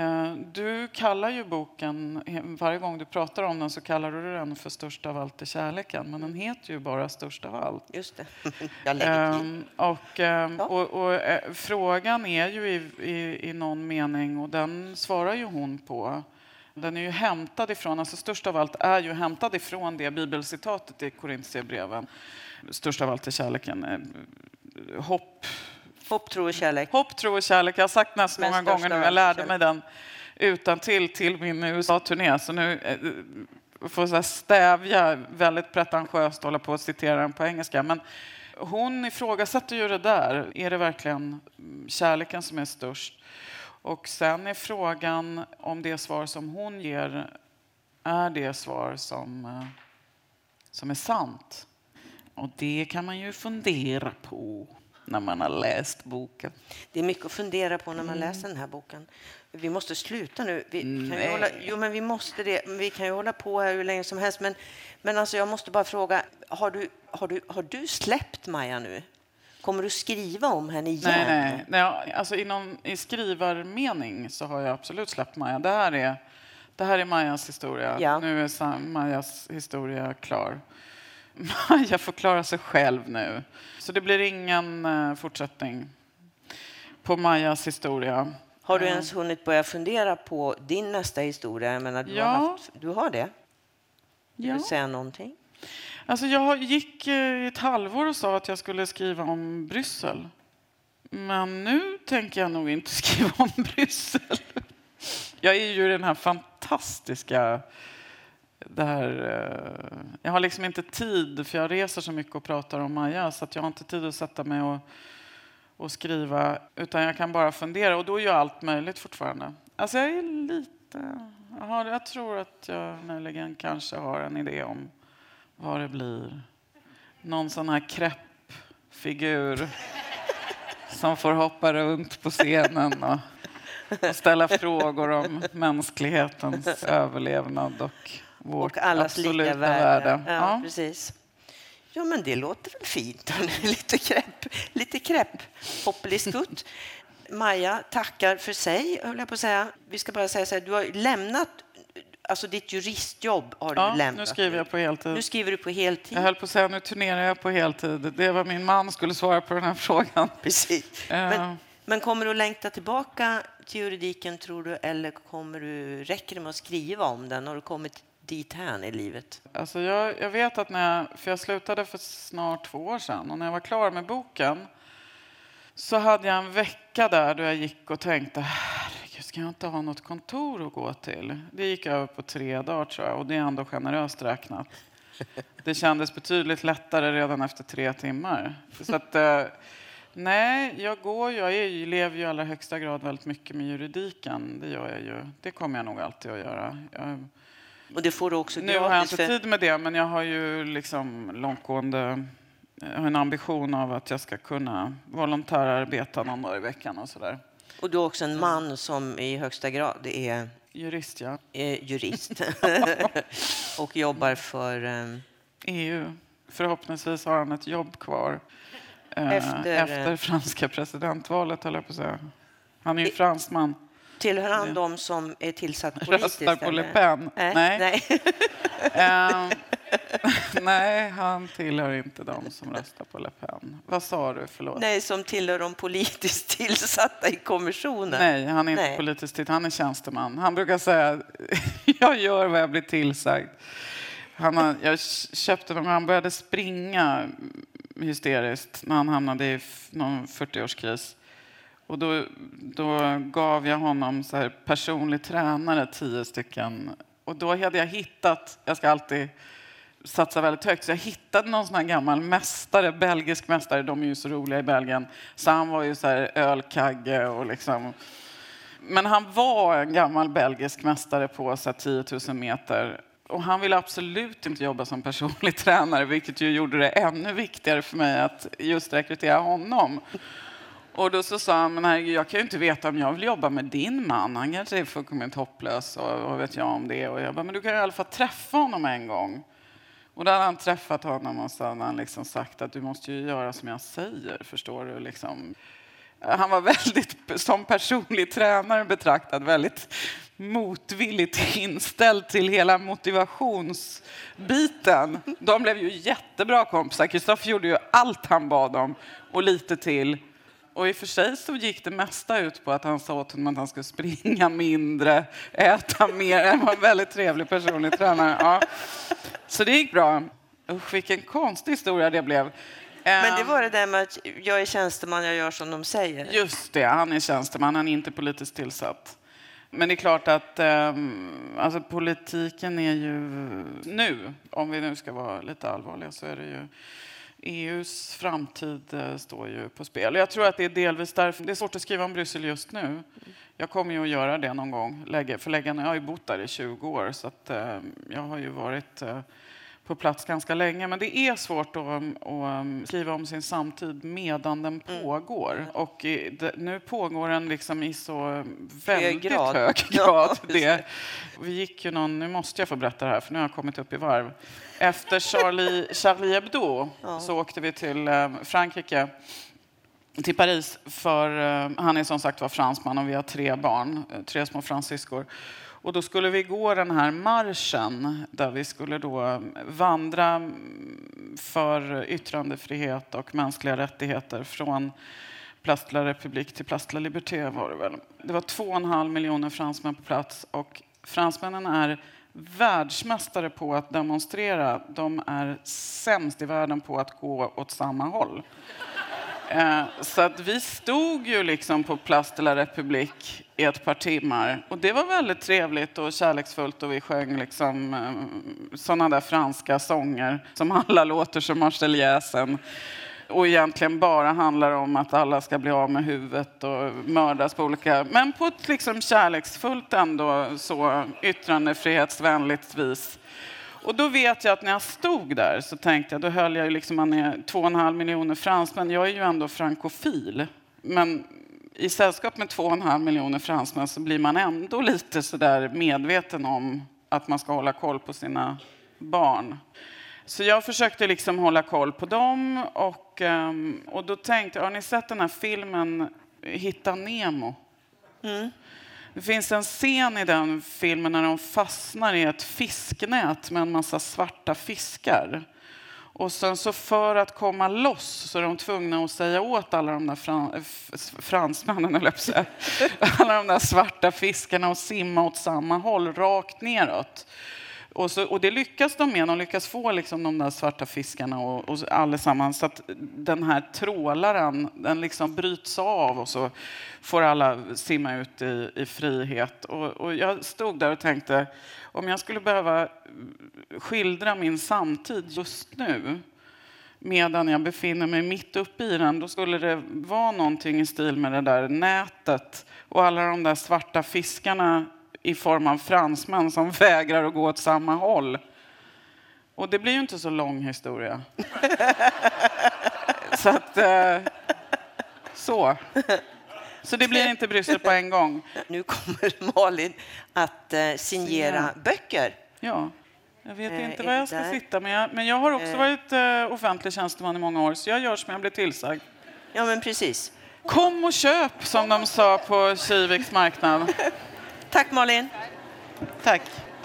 Du kallar ju boken, varje gång du pratar om den så kallar du den för Störst av allt är kärleken. Men den heter ju bara Störst av allt. Just det, jag lägger till. Um, och, um, ja. och, och uh, frågan är ju i, i, i någon mening, och den svarar ju hon på. Den är ju hämtad ifrån, alltså Störst av allt är ju hämtad ifrån det bibelcitatet i Korintierbreven. Störst av allt är kärleken. Hopp. Hopp, tro och kärlek. Hopp, tro och kärlek. Jag har sagt nästan många gånger nu. Jag lärde kärlek. mig den utan till till min U S A-turné. Så nu eh, får jag stävja väldigt pretentiöst hålla på att citera den på engelska. Men hon ifrågasätter ju det där. Är det verkligen kärleken som är störst? Och sen är frågan om det svar som hon ger är det svar som, eh, som är sant. Och det kan man ju fundera på när man har läst boken. Det är mycket att fundera på när man mm. läser den här boken. Vi måste sluta nu. Vi kan ju hålla, jo, men vi måste det. Vi kan ju hålla på här hur länge som helst. Men, men alltså jag måste bara fråga, har du, har, du, har du släppt Maja nu? Kommer du skriva om henne igen? Nej, nej. nej alltså i, någon, i skrivarmening så har jag absolut släppt Maja. Det här är, det här är Majas historia. Ja. Nu är Majas historia klar. Maja får klara sig själv nu. Så det blir ingen uh, fortsättning på Majas historia. Har du ens hunnit börja fundera på din nästa historia? Jag menar, du, ja. har haft, du har det? Vill ja. du säga någonting? Alltså jag gick i ett halvår och sa att jag skulle skriva om Bryssel. Men nu tänker jag nog inte skriva om Bryssel. Jag är ju den här fantastiska... Det här, jag har liksom inte tid, för jag reser så mycket och pratar om Maja, så att jag har inte tid att sätta mig och, och skriva, utan jag kan bara fundera, och då är ju allt möjligt fortfarande. Alltså jag är lite, jag, har, jag tror att jag möjligen kanske har en idé om vad det blir. Någon sån här kreppfigur som får hoppa runt på scenen och, och ställa frågor om mänsklighetens överlevnad och vårt och allas absoluta lika värde. värde. Ja, ja, precis. Ja, men det låter väl fint. lite krepp, lite krepp. Hoppliskutt. Maja tackar för sig, höll jag på att säga. Vi ska bara säga så här, du har lämnat, alltså ditt juristjobb har ja, du lämnat. Nu skriver jag på heltid. Nu skriver du på heltid. Jag höll på att säga, nu turnerar jag på heltid. Det var min man skulle svara på den här frågan. Precis. Uh. Men, men kommer du att längta tillbaka till juridiken, tror du, eller kommer du, räcker det med att skriva om den? Har du kommit dit här i livet? Alltså jag, jag vet att när jag, för jag slutade för snart två år sedan, och när jag var klar med boken så hade jag en vecka där då jag gick och tänkte, herregud, ska jag inte ha något kontor att gå till? Det gick över på tre dagar tror jag, och det är ändå generöst räknat. Det kändes betydligt lättare redan efter tre timmar. Så att, nej, jag går, jag är, lever ju i allra högsta grad väldigt mycket med juridiken. Det gör jag ju. Det kommer jag nog alltid att göra. Jag, och det får du också nu har jag inte för... tid med det, men jag har ju liksom långtgående... Jag har en ambition av att jag ska kunna volontärarbeta någon dag i veckan och sådär. Och du är också en man som i högsta grad är... Jurist, ja. Är jurist. Och jobbar för... Um... E U. Förhoppningsvis har han ett jobb kvar. Efter, efter franska presidentvalet, höll jag på att säga. Han är ju fransman. Tillhör han de som är tillsatt politiskt? Röstar på Le Pen? Nej. Nej. um, nej, han tillhör inte de som röstar på Le Pen. Vad sa du? Förlåt. Nej, som tillhör de politiskt tillsatta i kommissionen. Nej, han är inte nej. politiskt tillsatt. Han är tjänsteman. Han brukar säga, jag gör vad jag blir tillsagd. Han har, jag köpte dem, han började springa hysteriskt när han hamnade i någon fyrtioårskris. Och då, då gav jag honom så här personlig tränare, tio stycken. Och då hade jag hittat, jag ska alltid satsa väldigt högt, så jag hittade någon sån här gammal mästare, belgisk mästare, de är ju så roliga i Belgien. Så han var ju så här ölkagge och liksom... Men han var en gammal belgisk mästare på så här tio tusen meter. Och han ville absolut inte jobba som personlig tränare, vilket ju gjorde det ännu viktigare för mig att just rekrytera honom. Och då så sa han, men herregud, jag kan ju inte veta om jag vill jobba med din man. Han kanske är fullkomligt hopplös och vad vet jag om det. Och jag bara, men du kan i alla fall träffa honom en gång. Och då hade han träffat honom och så hade han liksom sagt att du måste ju göra som jag säger, förstår du liksom. Han var väldigt, som personlig tränare betraktad, väldigt motvilligt inställd till hela motivationsbiten. De blev ju jättebra kompisar. Kristoffer gjorde ju allt han bad om och lite till. Och i och för sig så gick det mesta ut på att han sa åt honom att han skulle springa mindre, äta mer. Han var en väldigt trevlig personlig tränare. Ja. Så det gick bra. Usch, vilken konstig historia det blev. Men det var det där med att jag är tjänsteman, jag gör som de säger. Just det, han är tjänsteman, han är inte politiskt tillsatt. Men det är klart att um, alltså politiken är ju nu, om vi nu ska vara lite allvarliga, så är det ju E U:s framtid uh, står ju på spel. Jag tror att det är delvis därför, det är svårt att skriva om Bryssel just nu. Jag kommer ju att göra det någon gång, för läggarna, jag har ju bott där i tjugo år, så att uh, jag har ju varit... Uh, på plats ganska länge, men det är svårt att, att skriva om sin samtid medan den pågår. Mm. Och det, nu pågår den liksom i så väldigt grad. hög grad. Det, vi gick ju någon, nu måste jag få berätta det här, för nu har jag kommit upp i varv. Efter Charlie, Charlie Hebdo ja. så åkte vi till Frankrike, till Paris, för han är som sagt var fransman och vi har tre barn, tre små fransyskor. Och då skulle vi gå den här marschen där vi skulle då vandra för yttrandefrihet och mänskliga rättigheter från Place de la République till Place de la Liberté var det väl. Det var två och en halv miljoner fransmän på plats och fransmännen är världsmästare på att demonstrera. De är sämst i världen på att gå åt samma håll. Så att vi stod ju liksom på Place de la République i ett par timmar. Och det var väldigt trevligt och kärleksfullt och vi sjöng liksom sådana där franska sånger som alla låter som Marseljäsen. Och egentligen bara handlar om att alla ska bli av med huvudet och mördas på olika... Men på ett liksom kärleksfullt ändå så yttrandefrihetsvänligt vis. Och då vet jag att när jag stod där så tänkte jag, då höll jag ju liksom, man är två och en halv miljoner fransmän. Jag är ju ändå frankofil. Men i sällskap med två och en halv miljoner fransmän så blir man ändå lite så där medveten om att man ska hålla koll på sina barn. Så jag försökte liksom hålla koll på dem och, och då tänkte jag, har ni sett den här filmen Hitta Nemo. Mm. Det finns en scen i den filmen när de fastnar i ett fisknät med en massa svarta fiskar. Och sen så för att komma loss så är de tvungna att säga åt alla de där fran- fransmännen, eller så här, alla de där svarta fiskarna att simma åt samma håll, rakt neråt. Och, så, och det lyckas de med. De lyckas få liksom de där svarta fiskarna och, och allesammans. Så att den här trålaren, den liksom bryts av och så får alla simma ut i, i frihet. Och, och jag stod där och tänkte, om jag skulle behöva skildra min samtid just nu medan jag befinner mig mitt uppe i den, då skulle det vara någonting i stil med det där nätet och alla de där svarta fiskarna i form av fransmän som vägrar att gå åt samma håll. Och det blir ju inte så lång historia. så att... Eh, så. Så det blir inte Bryssel på en gång. Nu kommer Malin att eh, signera Ja. böcker. Ja, jag vet Eh, inte är var det jag ska där? sitta. Men jag, men jag har också Eh. varit eh, offentlig tjänsteman i många år. Så jag gör som jag blir tillsagd. Ja, men precis. Kom och köp, som de sa på Kiviks marknad. Tack Malin. Tack.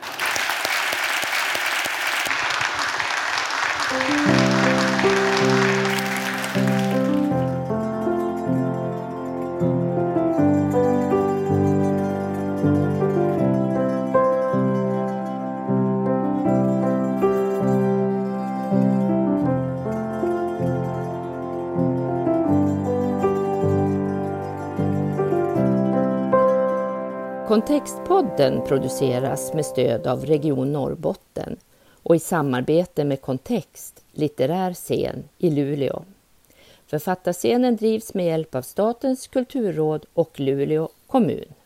Kontextpodden produceras med stöd av Region Norrbotten och i samarbete med Kontext, litterär scen i Luleå. Författarscenen drivs med hjälp av Statens kulturråd och Luleå kommun.